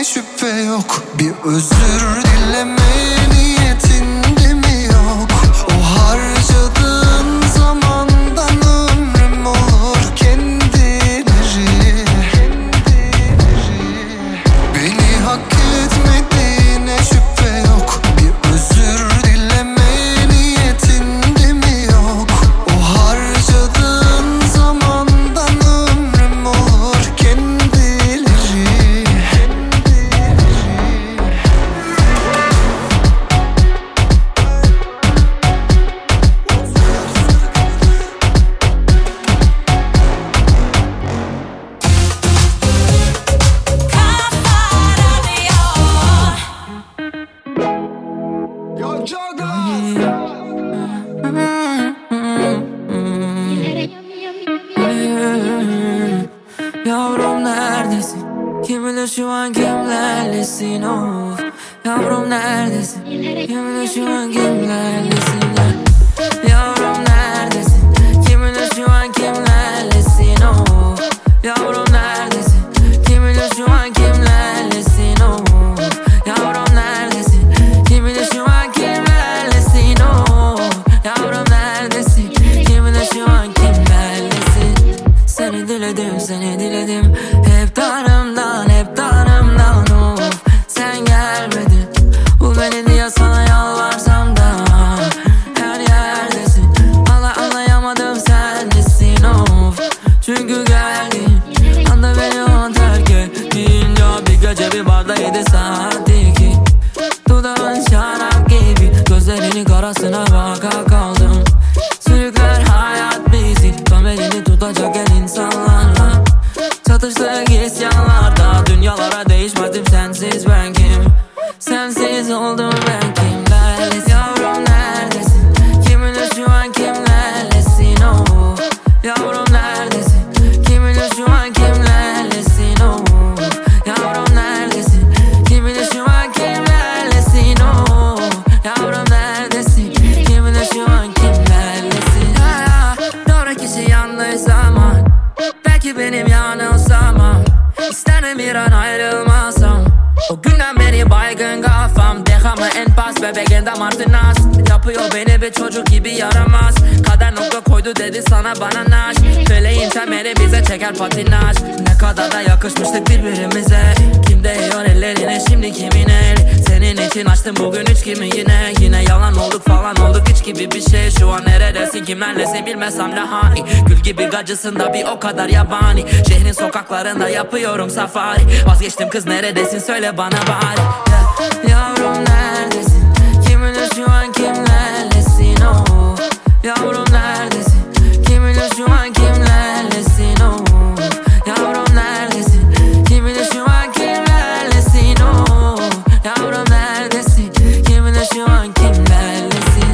şüphe yok. Bir özür dilemeye niyetinde mi yok? O harcadığın zamandan ömrüm olur kendileri. Beni hak etmediğine şüphe yok. Bir özür dilemeye niyetinde mi yok? O harcadığın zamandan ömrüm olur kendileri. Yavrum neredesin? Kim bilir şu an kimlerlesin of. Yavrum neredesin? Kim bilir şu an kimlerlesin ya. Yavrum neredesin? Kim bilir şu an kimlerlesin of. Yavrum neredesin? Kim bilir şu an kimlerlesin of. Yavrum neredesin? Kim bilir şu an kimlerlesin of. Yavrum neredesin? Kim bilir şu an kimlerlesin. Seni diledim, seni diledim. Hep darımdan of. Sen gelmedin. Bul beni diye sana yalvarsam da her yerdesin. Anlayamadım sen nesin of. Çünkü geldin anda beni o terk etmeyince bir gece bir barda 7 saatti ki. Dudağın şarap gibi gözlerinin karasına baka kaldım. Sürükler hayat bizi tam elini tutacak el insanlarla. Çatıştık isyanlarda dünyalara değişmedim sensiz ben kim. Sensiz oldum ben kimlerlesin. Yavrum neredesin? Kim bilir şu an kimlerlesin oh. Yavrum neredesin? Kim bilir şu an kimlerlesin oh. Yavrum neredesin? Kim bilir şu an kimlerlesin oh. Yavrum neredesin? Kim bilir şu an kimlerlesin. Doğru kişi yanlış zaman. Belki benim yanılsamam. İsterim bir an ayrılmasam. O günden beri baygın kafam. Dehamı en pas bebeğinde martinas. Yapıyor beni bir çocuk gibi yaramaz. Kader nokta koydu dedi sana bana naş. Feleğin temeli bize çeker patinaj. Ne kadar da yakışmıştık birbirimize. Kim değiyor ellerine şimdi kimin el. Senin için açtım bugün üç kimi yine. Yine yalan olduk falan olduk hiç gibi bir şey. Şu an neredesin kimlerlesin bilmesem ne hani. Gül gibi gacısın da bir o kadar yabani. Şehrin sokaklarında yapıyorum safari. Vazgeçtim kız neredesin söyle bana bari. Yavrum neredesin? Kim bilir şu an kimlerlesin oh. Yavrum neredesin? Kim bilir şu an kimlerlesin oh. Yavrum neredesin? Kim bilir şu an kimlerlesin oh. Yavrum neredesin? Kim bilir şu an kimlerlesin.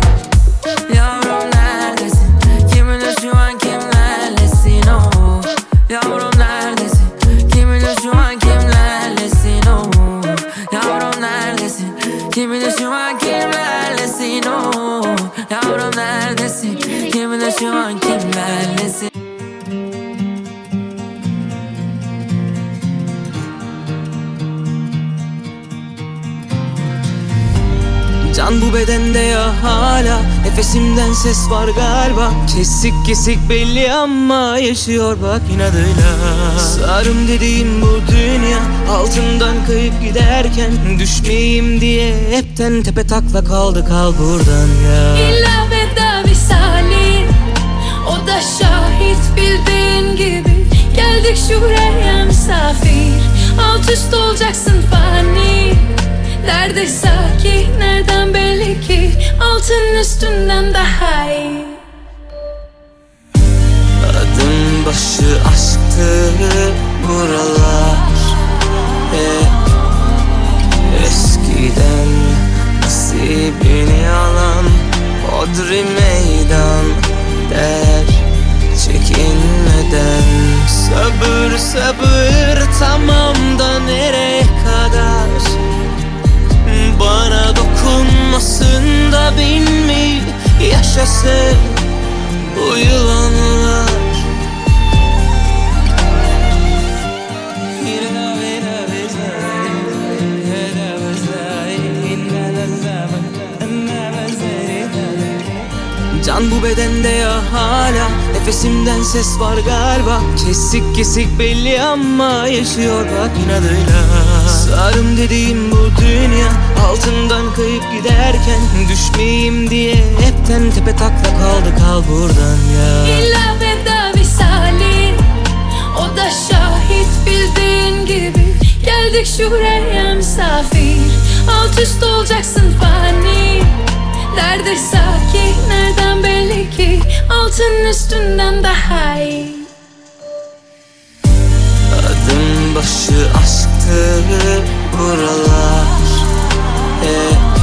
Yavrum neredesin? Kim bilir şu an kimlerlesin oh. Yavrum neredesin? Kim bilir şu an kimlerlesin oh. Yavrum neredesin? Kim bilir şu an kimlerlesin oh. Yavrum neredesin? Kim bilir şu an kimlerlesin. Can bu bedende ya hala. Nefesimden ses var galiba. Kesik kesik belli ama yaşıyor bak inadıyla. Sarım dediğim bu dünya altından kayıp giderken düşmeyeyim diye hepten tepe takla kaldı kal buradan ya. İlla veda visalin, o da şahit bildiğin gibi. Geldik şuraya misafir, alt üst olacaksın fani. Nerede sakin, nereden belli ki altın üstünden daha iyi. Adım başı aşktı buralar. Eskiden nasibini alan hodri meydan der çekinmeden. Sabır sabır tamam da nereye kadar? Bana dokunmasın da bin mi yaşasın bu yılanlar. Can bu bedende ya hala, nefesimden ses var galiba. Kesik kesik belli ama yaşıyor bak inadıyla. Sarım dediğim bu dünya, altından kayıp giderken düşmeyeyim diye hepten tepe takla kaldı, kal buradan ya. İlla veda visali, o da şahit bildiğin gibi. Geldik şuraya misafir, alt üst olacaksın fani. Nerede sakin, nereden belli ki altın üstünden daha iyi. Adım başı aşktı buralar hep.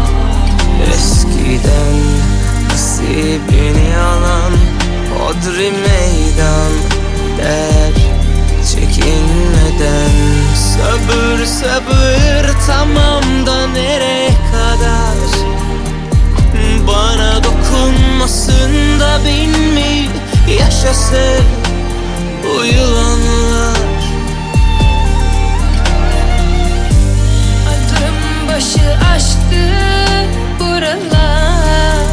Eskiden nasibini alan hodri meydan der çekinmeden. Sabır sabır tamam da nereye kadar? Bana dokunmasın da bin mi yaşasın bu yılanlar? Adım başı aşktı buralar,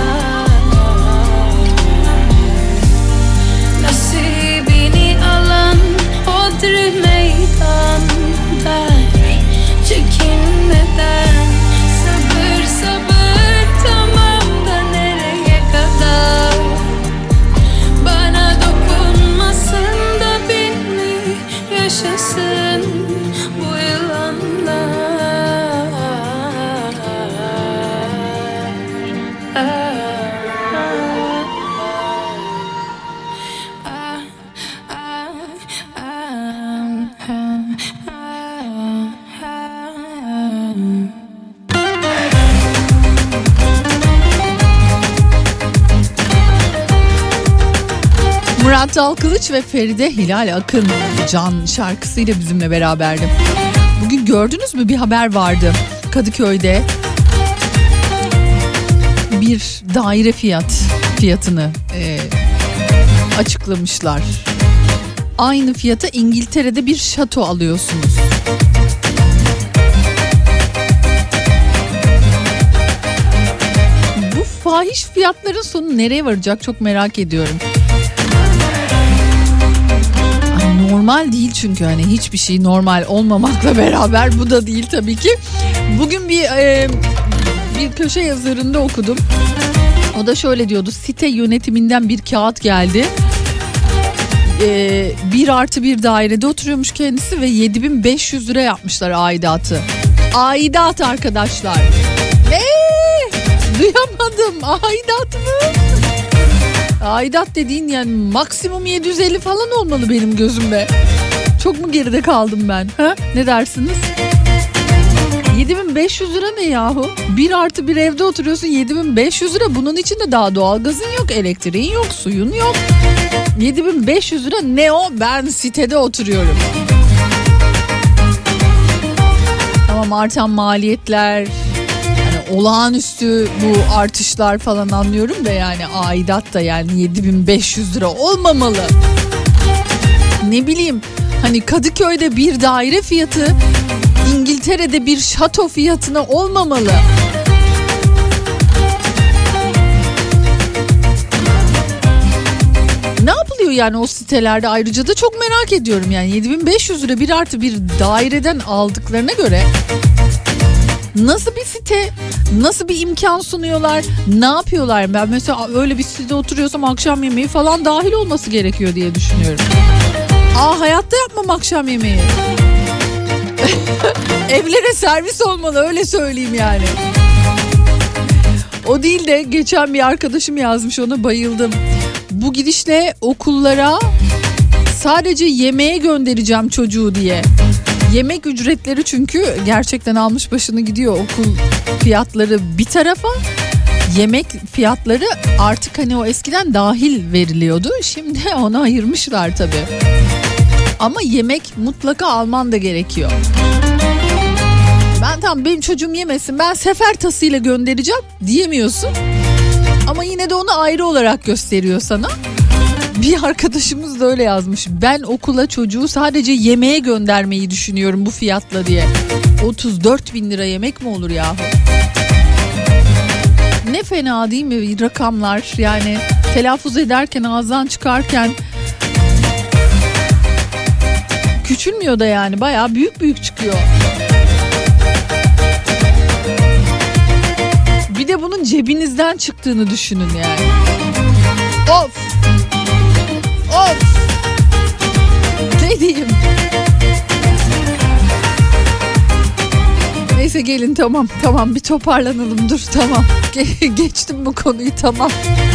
nasibini alan hodri meydan der çekinmeden. Sabır sabır tamam da nereye kadar? Bana dokunmasın da beni yaşasın bu yılanlar. Murat Dalkılıç ve Feride Hilal Akın Can şarkısıyla bizimle beraberdi. Bugün gördünüz mü, bir haber vardı. Kadıköy'de bir daire fiyatını açıklamışlar. Aynı fiyata İngiltere'de bir şato alıyorsunuz. Bu fahiş fiyatların sonu nereye varacak çok merak ediyorum. Normal değil çünkü hani hiçbir şey normal olmamakla beraber bu da değil tabii ki. Bugün bir köşe yazarında okudum. O da şöyle diyordu: site yönetiminden bir kağıt geldi. 1+1 dairede oturuyormuş kendisi ve 7.500 lira yapmışlar aidatı. Aidat arkadaşlar. Duyamadım, aidat mı? Aidat dediğin yani maksimum 750 falan olmalı benim gözümde. Çok mu geride kaldım ben? Ha? Ne dersiniz? 7.500 lira ne yahu? 1+1 evde oturuyorsun, 7.500 lira. Bunun içinde daha doğalgazın yok, elektriğin yok, suyun yok. 7.500 lira ne o? Ben sitede oturuyorum. Tamam, artan maliyetler, olağanüstü bu artışlar falan anlıyorum da yani aidat da yani 7.500 lira olmamalı. Ne bileyim, hani Kadıköy'de bir daire fiyatı İngiltere'de bir şato fiyatına olmamalı. Ne yapılıyor yani o sitelerde? Ayrıca da çok merak ediyorum yani 7.500 lira 1+1 daireden aldıklarına göre nasıl bir site, nasıl bir imkan sunuyorlar, ne yapıyorlar? Ben mesela öyle bir sitede oturuyorsam akşam yemeği falan dahil olması gerekiyor diye düşünüyorum. Hayatta yapmam akşam yemeği. Evlere servis olmalı, öyle söyleyeyim yani. O değil de geçen bir arkadaşım yazmış, ona bayıldım. Bu gidişle okullara sadece yemeğe göndereceğim çocuğu diye. Yemek ücretleri çünkü gerçekten almış başını gidiyor. Okul fiyatları bir tarafa, yemek fiyatları artık hani o eskiden dahil veriliyordu. Şimdi onu ayırmışlar tabii. Ama yemek mutlaka alman da gerekiyor. Ben tamam, benim çocuğum yemesin, ben sefer tasıyla göndereceğim diyemiyorsun. Ama yine de onu ayrı olarak gösteriyor sana. Bir arkadaşımız da öyle yazmış. Ben okula çocuğu sadece yemeğe göndermeyi düşünüyorum bu fiyatla diye. 34.000 lira yemek mi olur yahu? Ne fena değil mi rakamlar, yani telaffuz ederken, ağızdan çıkarken küçülmüyor da, yani bayağı büyük büyük çıkıyor. Bir de bunun cebinizden çıktığını düşünün yani. Of! Of! Ne diyeyim? Neyse gelin, tamam bir toparlanalım, dur tamam. Geçtim bu konuyu, tamam.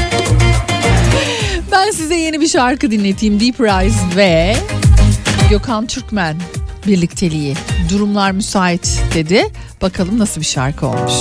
Ben size yeni bir şarkı dinleteyim. Deep Rise ve Gökhan Türkmen birlikteliği. Durumlar müsait dedi. Bakalım nasıl bir şarkı olmuş.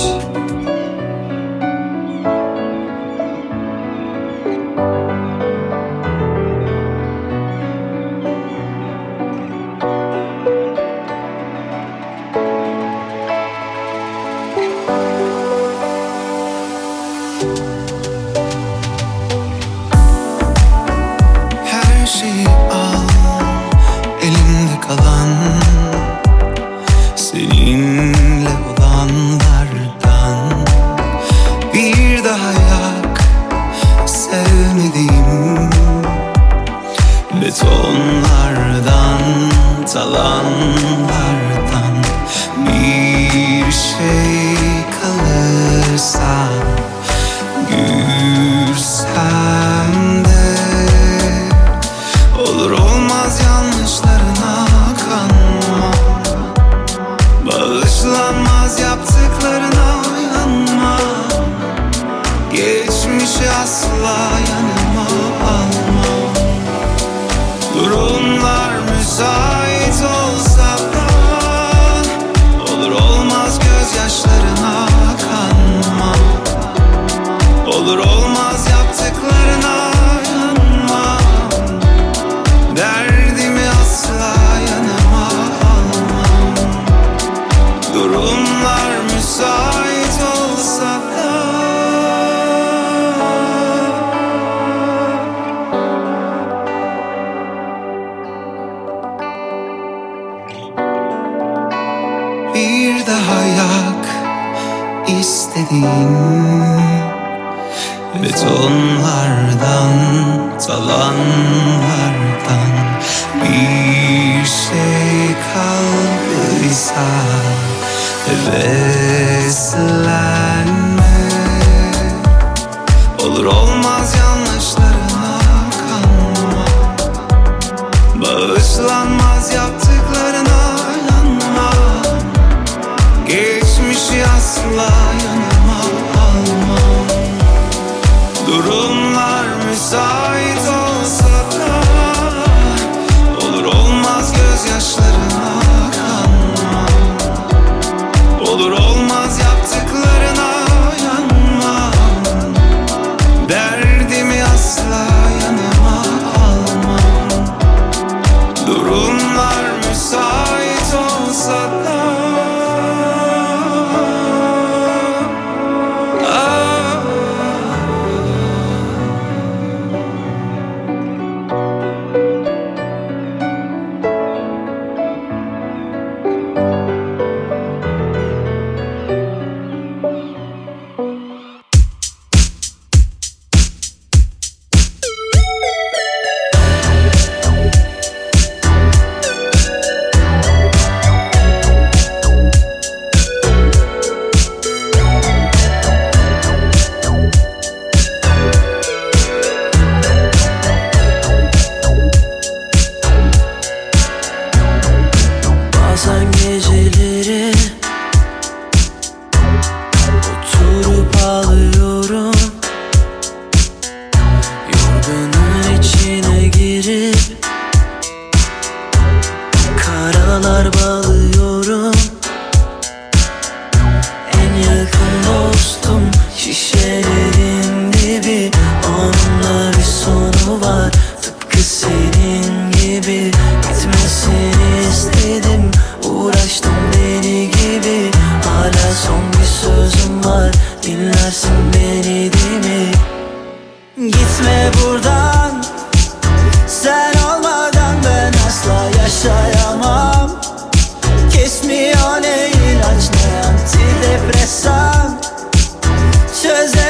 Kesmiyor ne ilaç ne antidepresan. Çöze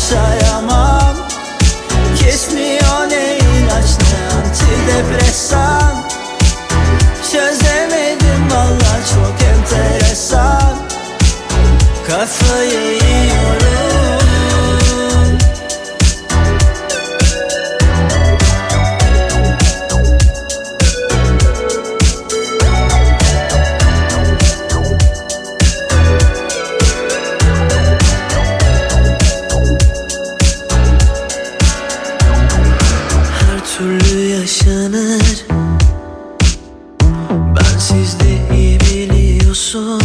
yaşayamam. Kesmiyor ne ilaç ne antidepresan. Çözemedim valla çok enteresan. Kafayı yiyorum. Her türlü yaşanır. Bensiz de iyi biliyorsun.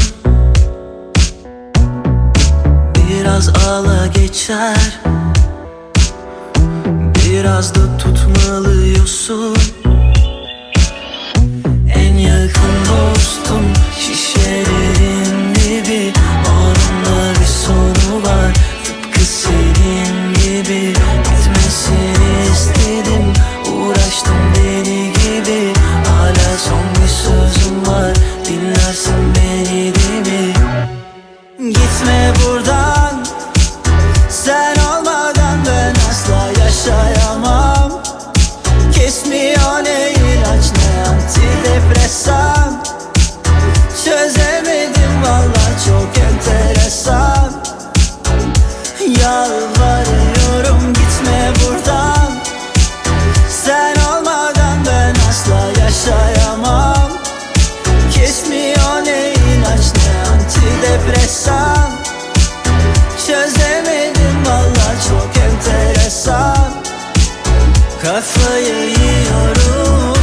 Biraz ağla geçer, biraz da tutmalıyorsun. En yakın dostum şişelerin dibi. Onunla bir sonu var, tıpkı senin gibi. Bitmesini istedim, uğraştım deli gibi. Hala son bir sözüm var, dinlersin beni değil mi? Gitme buradan, sen olmadan ben asla yaşayamam. Kesmiyor ne ilaç ne antidepresan. Çözemedim valla çok enteresan. Yalvarıyorum gitme buradan. Sen olmadan ben asla yaşayamam. Kesmiyor ne ilaç ne antidepresan. Çözemedim valla çok enteresan. Kafayı yiyorum.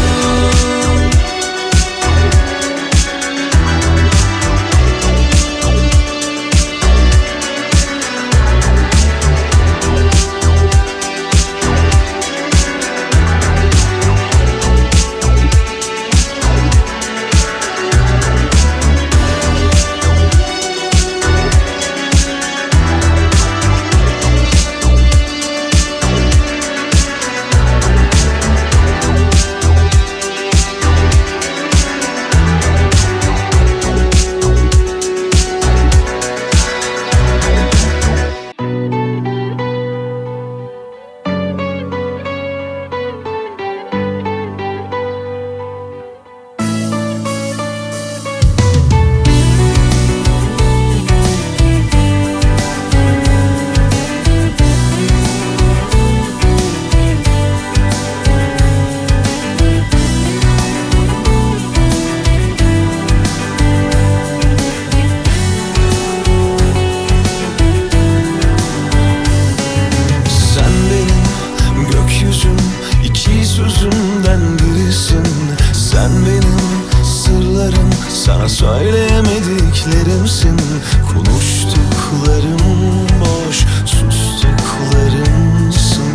Sana söyleyemediklerimsin. Konuştuklarım boş, sustuklarımsın.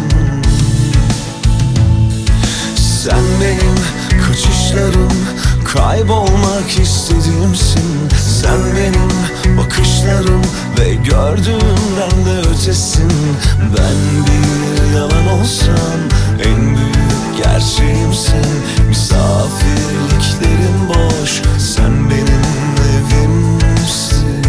Sen benim kaçışlarım, kaybolmak istediğimsin. Sen benim bakışlarım ve gördüğümden de ötesin. Ben bir yalan olsam en büyük gerçeğimsin. Misafirliklerim boş, sen benim evimsin.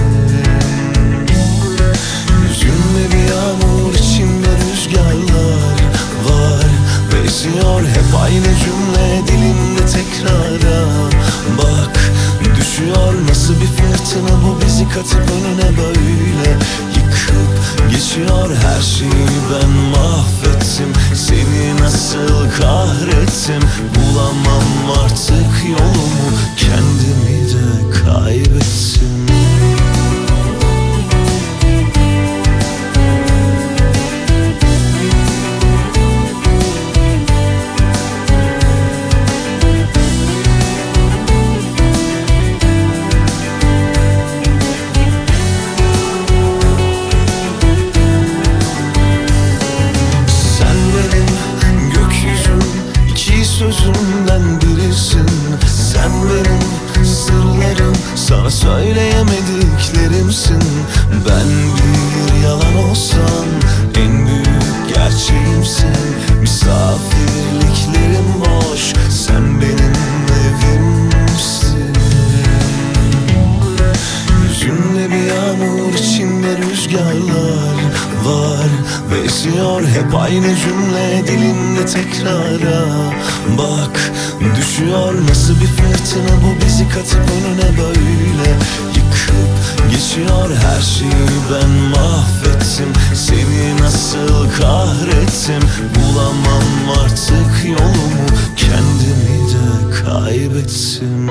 Yüzümde bir yağmur, içimde rüzgarlar var ve esiyor hep aynı cümle dilimde tekrara. Bak düşüyor nasıl bir fırtına bu, bizi katıp önüne böyle yıkıp geçiyor. Her şeyi ben mahvettim, seni nasıl kahrettim. Bulamam artık yolumu, kendimi de kaybettim. Sözümden birisin. Sen benim var ve esiyor hep aynı cümle dilinde tekrara. Bak düşüyor nasıl bir fırtına bu, bizi katıp önüne böyle yıkıp geçiyor her şeyi. Ben mahvettim seni, nasıl kahrettim, bulamam artık yolumu, kendimi de kaybettim.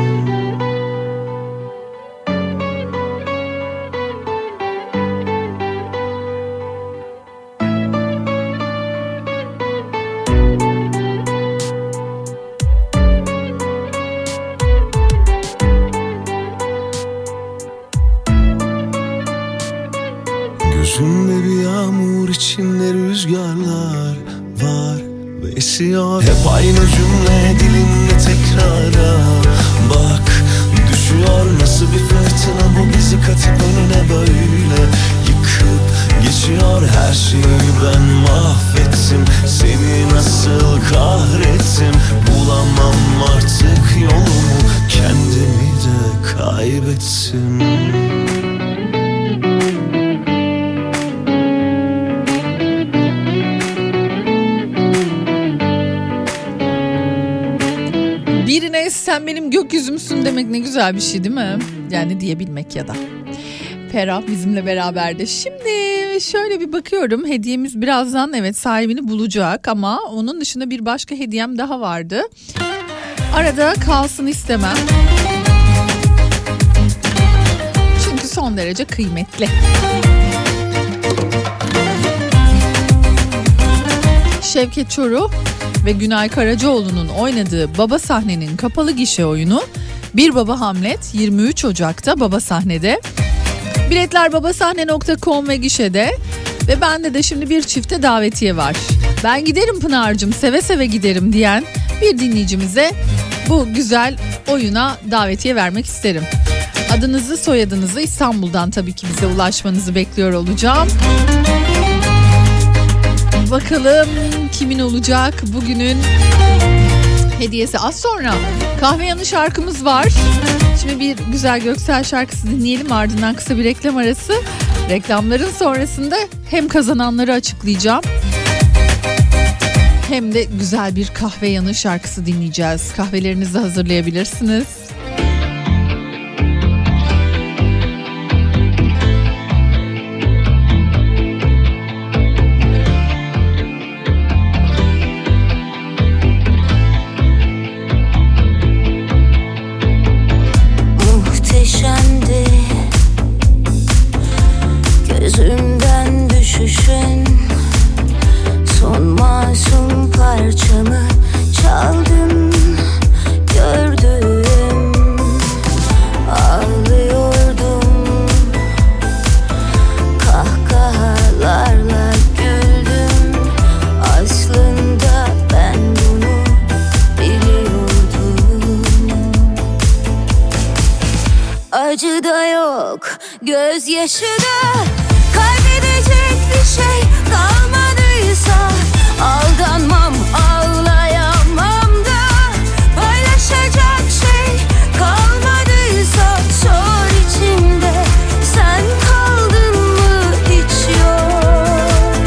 Gözümde bir yağmur, içinde rüzgarlar var ve esiyor hep aynı cümle dilinde tekrara. Bak düşüyor nasıl bir fırtına bu, bizi katıp önüne böyle yıkıp geçiyor her şeyi. Ben mahvettim seni, nasıl kahrettim, bulamam artık yolumu, kendimi de kaybettim. Birine sen benim gökyüzümsün demek ne güzel bir şey değil mi? Yani diyebilmek ya da. Ferah bizimle beraberdi. Şimdi şöyle bir bakıyorum, hediyemiz birazdan evet sahibini bulacak ama onun dışında bir başka hediyem daha vardı. Arada kalsın istemem. Çünkü son derece kıymetli. Şevket Çoruh ve Günay Karacaoğlu'nun oynadığı Baba Sahne'nin kapalı gişe oyunu Bir Baba Hamlet 23 Ocak'ta Baba Sahne'de. Biletler babasahne.com ve gişede ve bende de şimdi bir çifte davetiye var. Ben giderim Pınar'cığım, seve seve giderim diyen bir dinleyicimize bu güzel oyuna davetiye vermek isterim. Adınızı, soyadınızı İstanbul'dan tabii ki bize ulaşmanızı bekliyor olacağım. Bakalım kimin olacak bugünün hediyesi. Az sonra kahve yanı şarkımız var. Şimdi bir güzel Göksel şarkısı dinleyelim, ardından kısa bir reklam arası. Reklamların sonrasında hem kazananları açıklayacağım hem de güzel bir kahve yanı şarkısı dinleyeceğiz. Kahvelerinizi hazırlayabilirsiniz. Gözümden düşüşün, son masum parçamı çaldın, gördüm, ağlıyordum, kahkahalarla güldüm, aslında ben bunu biliyordum. Acı da yok, gözyaşı da, kaybedecek bir şey kalmadıysa aldanmam, ağlayamam da, paylaşacak şey kalmadıysa sor içimde sen kaldın mı hiç yok.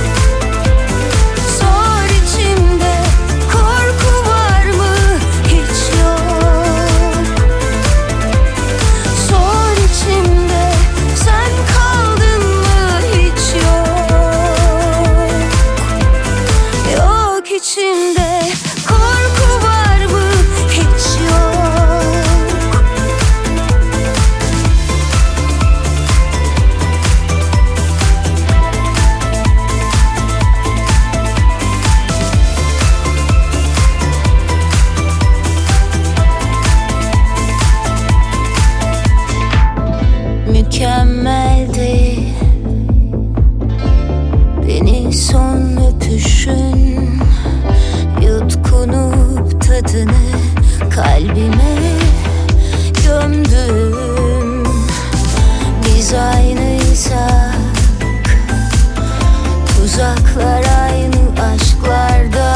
Sor içimde korku var mı hiç yok. Sor içimde sen kaldın mı hiç yok. Yok içimde korku var mı hiç yok. Mükemmeldi beni son öpüşün, yutkunup tadını kalbime gömdüm. Biz aynıysak tuzaklar aynı aşklarda,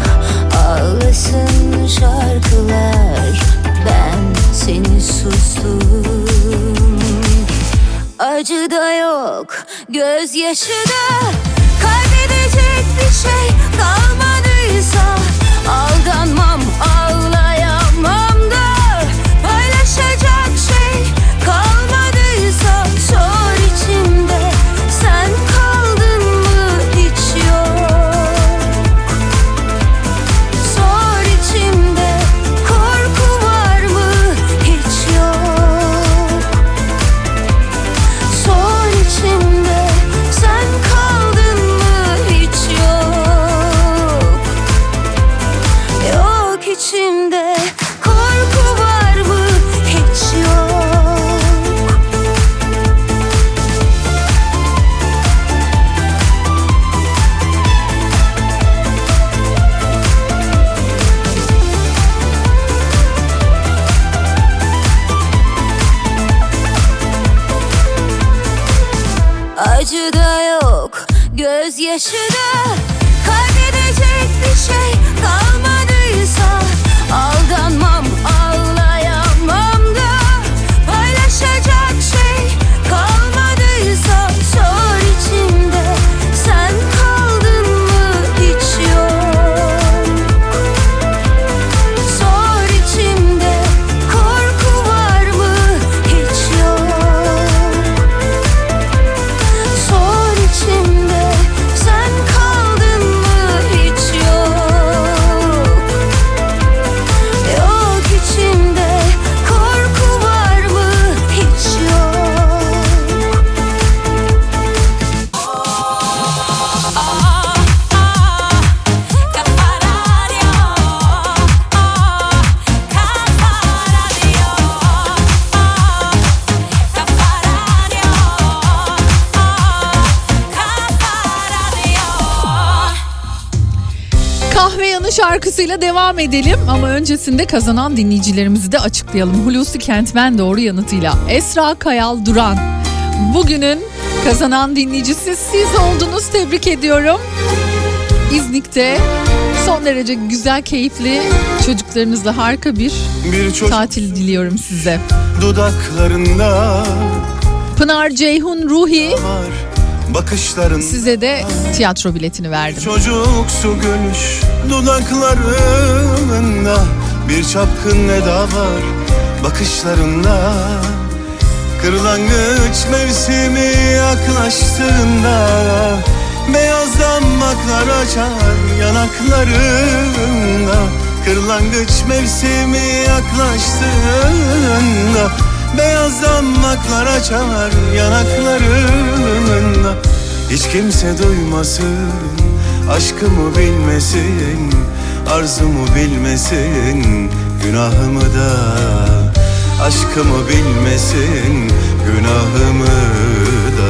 ağlasın şarkılar, ben seni sustum. Acı da yok, gözyaşı da. Kaybedecek bir şey kalmadıysa aldanmam, ağlayamam da. Paylaşacak şey kalmadıysa sor içimde, sen kaldın mı hiç yok. Sor içimde, korku var mı hiç yok. Sor içimde, sen kaldın mı hiç yok. Yok içimde, korku var mı hiç yok. Acı da yok, gözyaşı da. Kaybedecek bir şey kalmadıysa aldanmam, ağlayamam da. Paylaşacak şey kalmadıysa sor içimde, sen kaldın mı hiç yok. Sor içimde, korku var mı hiç yok. Sor içimde, sen kaldın mı hiç yok. Yok içimde, korku var mı hiç yok. Kahve yanı şarkısıyla devam edelim ama öncesinde kazanan dinleyicilerimizi de açıklayalım. Hulusi Kentmen doğru yanıtıyla Esra Kayal Duran bugünün kazanan dinleyicisi siz oldunuz, tebrik ediyorum. İznik'te son derece güzel, keyifli çocuklarınızla harika bir tatil diliyorum size. Dudaklarında Pınar Ceyhun Ruhi bakışların, size de tiyatro biletini verdim. çocuksu gülüş dudaklarında, bir çapkın eda var bakışlarında. Kırlangıç mevsimi yaklaştığında beyaz damaklar açar yanaklarında. Kırlangıç mevsimi yaklaştığında beyaz damaklar açar yanaklarında. Hiç kimse duymasın, aşkımı bilmesin, arzumu bilmesin, günahımı da. Aşkımı bilmesin, günahımı da.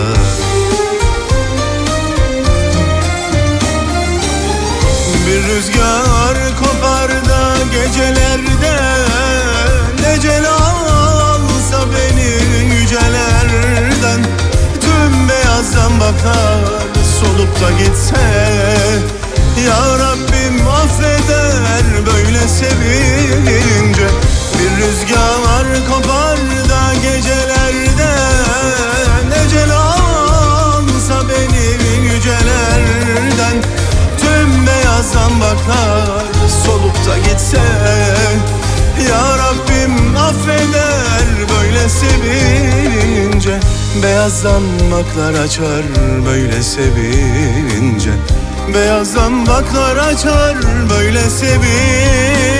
Bir rüzgar kopar da gecelerde, ecel alsa beni yücelerden. Tüm beyaz zambaklar solup da gitse, ya Rabbim affeder böyle sevince. Bir rüzgar kopar da gecelerde, ecel alsa beni yücelerden. Tüm beyaz zambaklar solup da gitse, ya Rabbim affeder böyle sevince. Beyaz zambaklar açar böyle sevince. Beyaz zambaklar açar böyle sevince.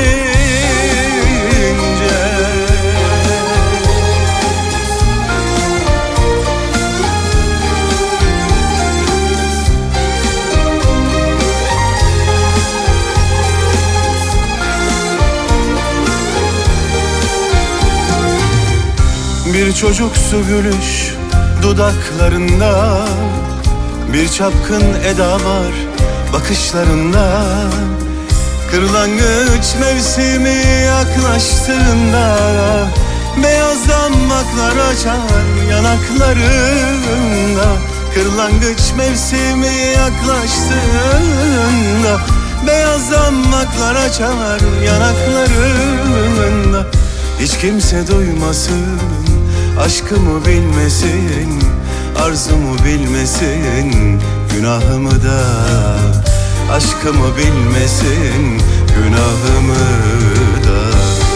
Bir çocuksu gülüş dudaklarında, bir çapkın eda var bakışlarında. Kırlangıç mevsimi yaklaştığında beyaz damaklar açar yanaklarında. Kırlangıç mevsimi yaklaştığında beyaz damaklar açar yanaklarında. Hiç kimse duymasın, aşkımı bilmesin, arzumu bilmesin, günahımı da. Aşkımı bilmesin, günahımı da.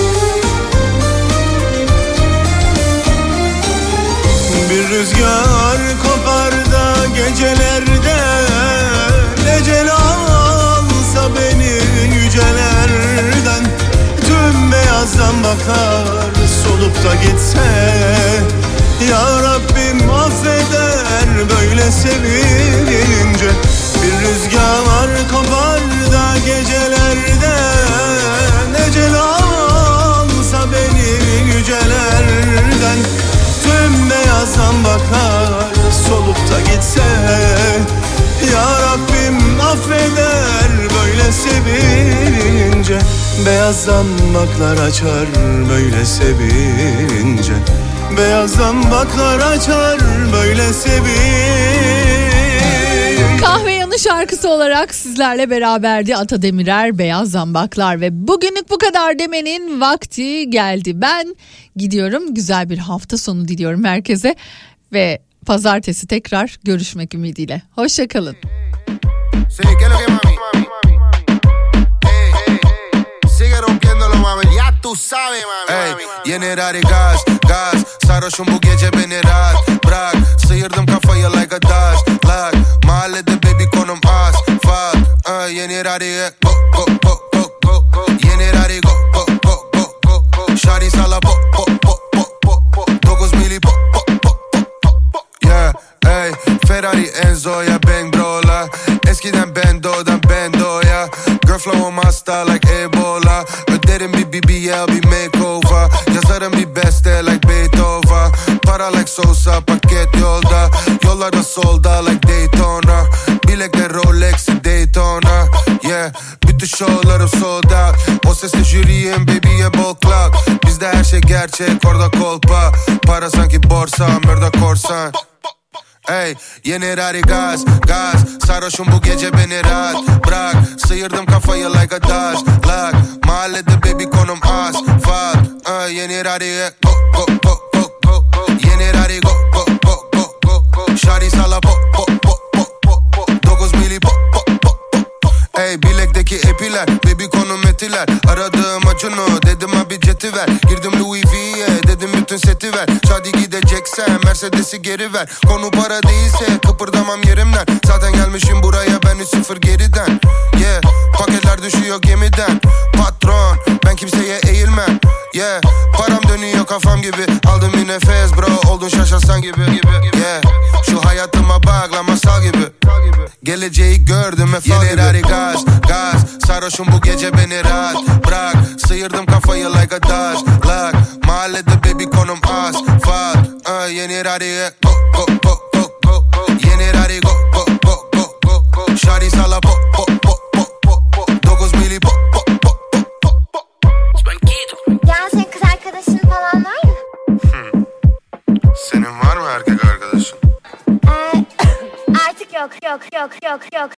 Bir rüzgar kopar da gecelerde, ecel alsa beni yücelerden. Tüm beyazdan bakar solup da gitse, ya Rabbim affeder böyle sevilince. Bir rüzgar kopar da gecelerde, ecel alsa beni yücelerden. Tüm beyazdan bakar solup da gitse, ya Rabbim affeder böyle sevince. Beyaz zambaklar açar böyle sevince. Beyaz zambaklar açar böyle sevince. Kahve Yanı şarkısı olarak sizlerle beraberdi Ata Demirer, Beyaz Zambaklar. Ve bugünlük bu kadar demenin vakti geldi. Ben gidiyorum, güzel bir hafta sonu diliyorum herkese. Ve pazartesi tekrar görüşmek ümidiyle. Hoşça kalın. Tú sabes, mami. Ey, yeni rari gaz, gaz. Sarhoşum bu gece beni rahat bırak. Sıyırdım kafayı like a dash, like. Mahallede baby konum asfalt. Yeni rari go, go, go, go, go, go. Yeni rari go, go, go, go, go, go. Şari sala po, po, po, po, po, po. 9 mili po, po, po, po, po, po. Yeah, ey. Ferrari Enzo'ya bang bro'la. Eskiden Bendo'dan Bendo'ya. Girl flow'um hasta like Ebola. Öderim bir BBL bir makeover. Yazarım bir beste like Beethoven. Para like Sosa paket yolda. Yollarda solda like Daytona. Bilekler Rolex'i Daytona. Yeah, bütün showlarım sold out. O sesle jüriyim baby'ye bol clout. Bizde her şey gerçek orada kolpa. Para sanki borsa murda korsan. Ey, yeni rari gaz, gaz. Sarhoşum bu gece beni rahat bırak. Sıyırdım kafayı like a dash, like. Mahallede baby konum asfalt. Yeni rari go, go, go, go, go, go. Yeni rari go, go, go, go, go, go. Şari sala po, po, po, po, po, po. 9 mili po, po, po, po, po. Ey, bilekteki epiler, baby konum etiler. Aradığım Acun'u, dedim abi jeti ver. Girdim Louis V'ye, dedim bütün seti ver. Şadi gideceksen Mercedes'i geri ver. Konu para değilse kıpırdamam yerimden. Zaten gelmişim buraya ben 3-0 geriden. Yeah, paketler düşüyor gemiden. Patron, ben kimseye eğilmem. Yeah, param dönüyor kafam gibi. Aldım bir nefes bro, oldun şaşırsan gibi. Yeah, şu hayatıma bak lan masal gibi. Geleceği gördüm hep yeni rari gaz, gaz. Sarhoşum bu gece beni rahat bırak. Sıyırdım kafayı like a dash, like. Mahallede baby konum asfalt. Yeni rari go, go, go, go, go, go. Yeni rari go, go, go, go, go, go. Şari sala po, po, po, po, po, po. 9 mili po, po, po, po, po, po. Ya senin kız arkadaşın falan var mı? Senin var mı erkek arkadaşın? Artık yok.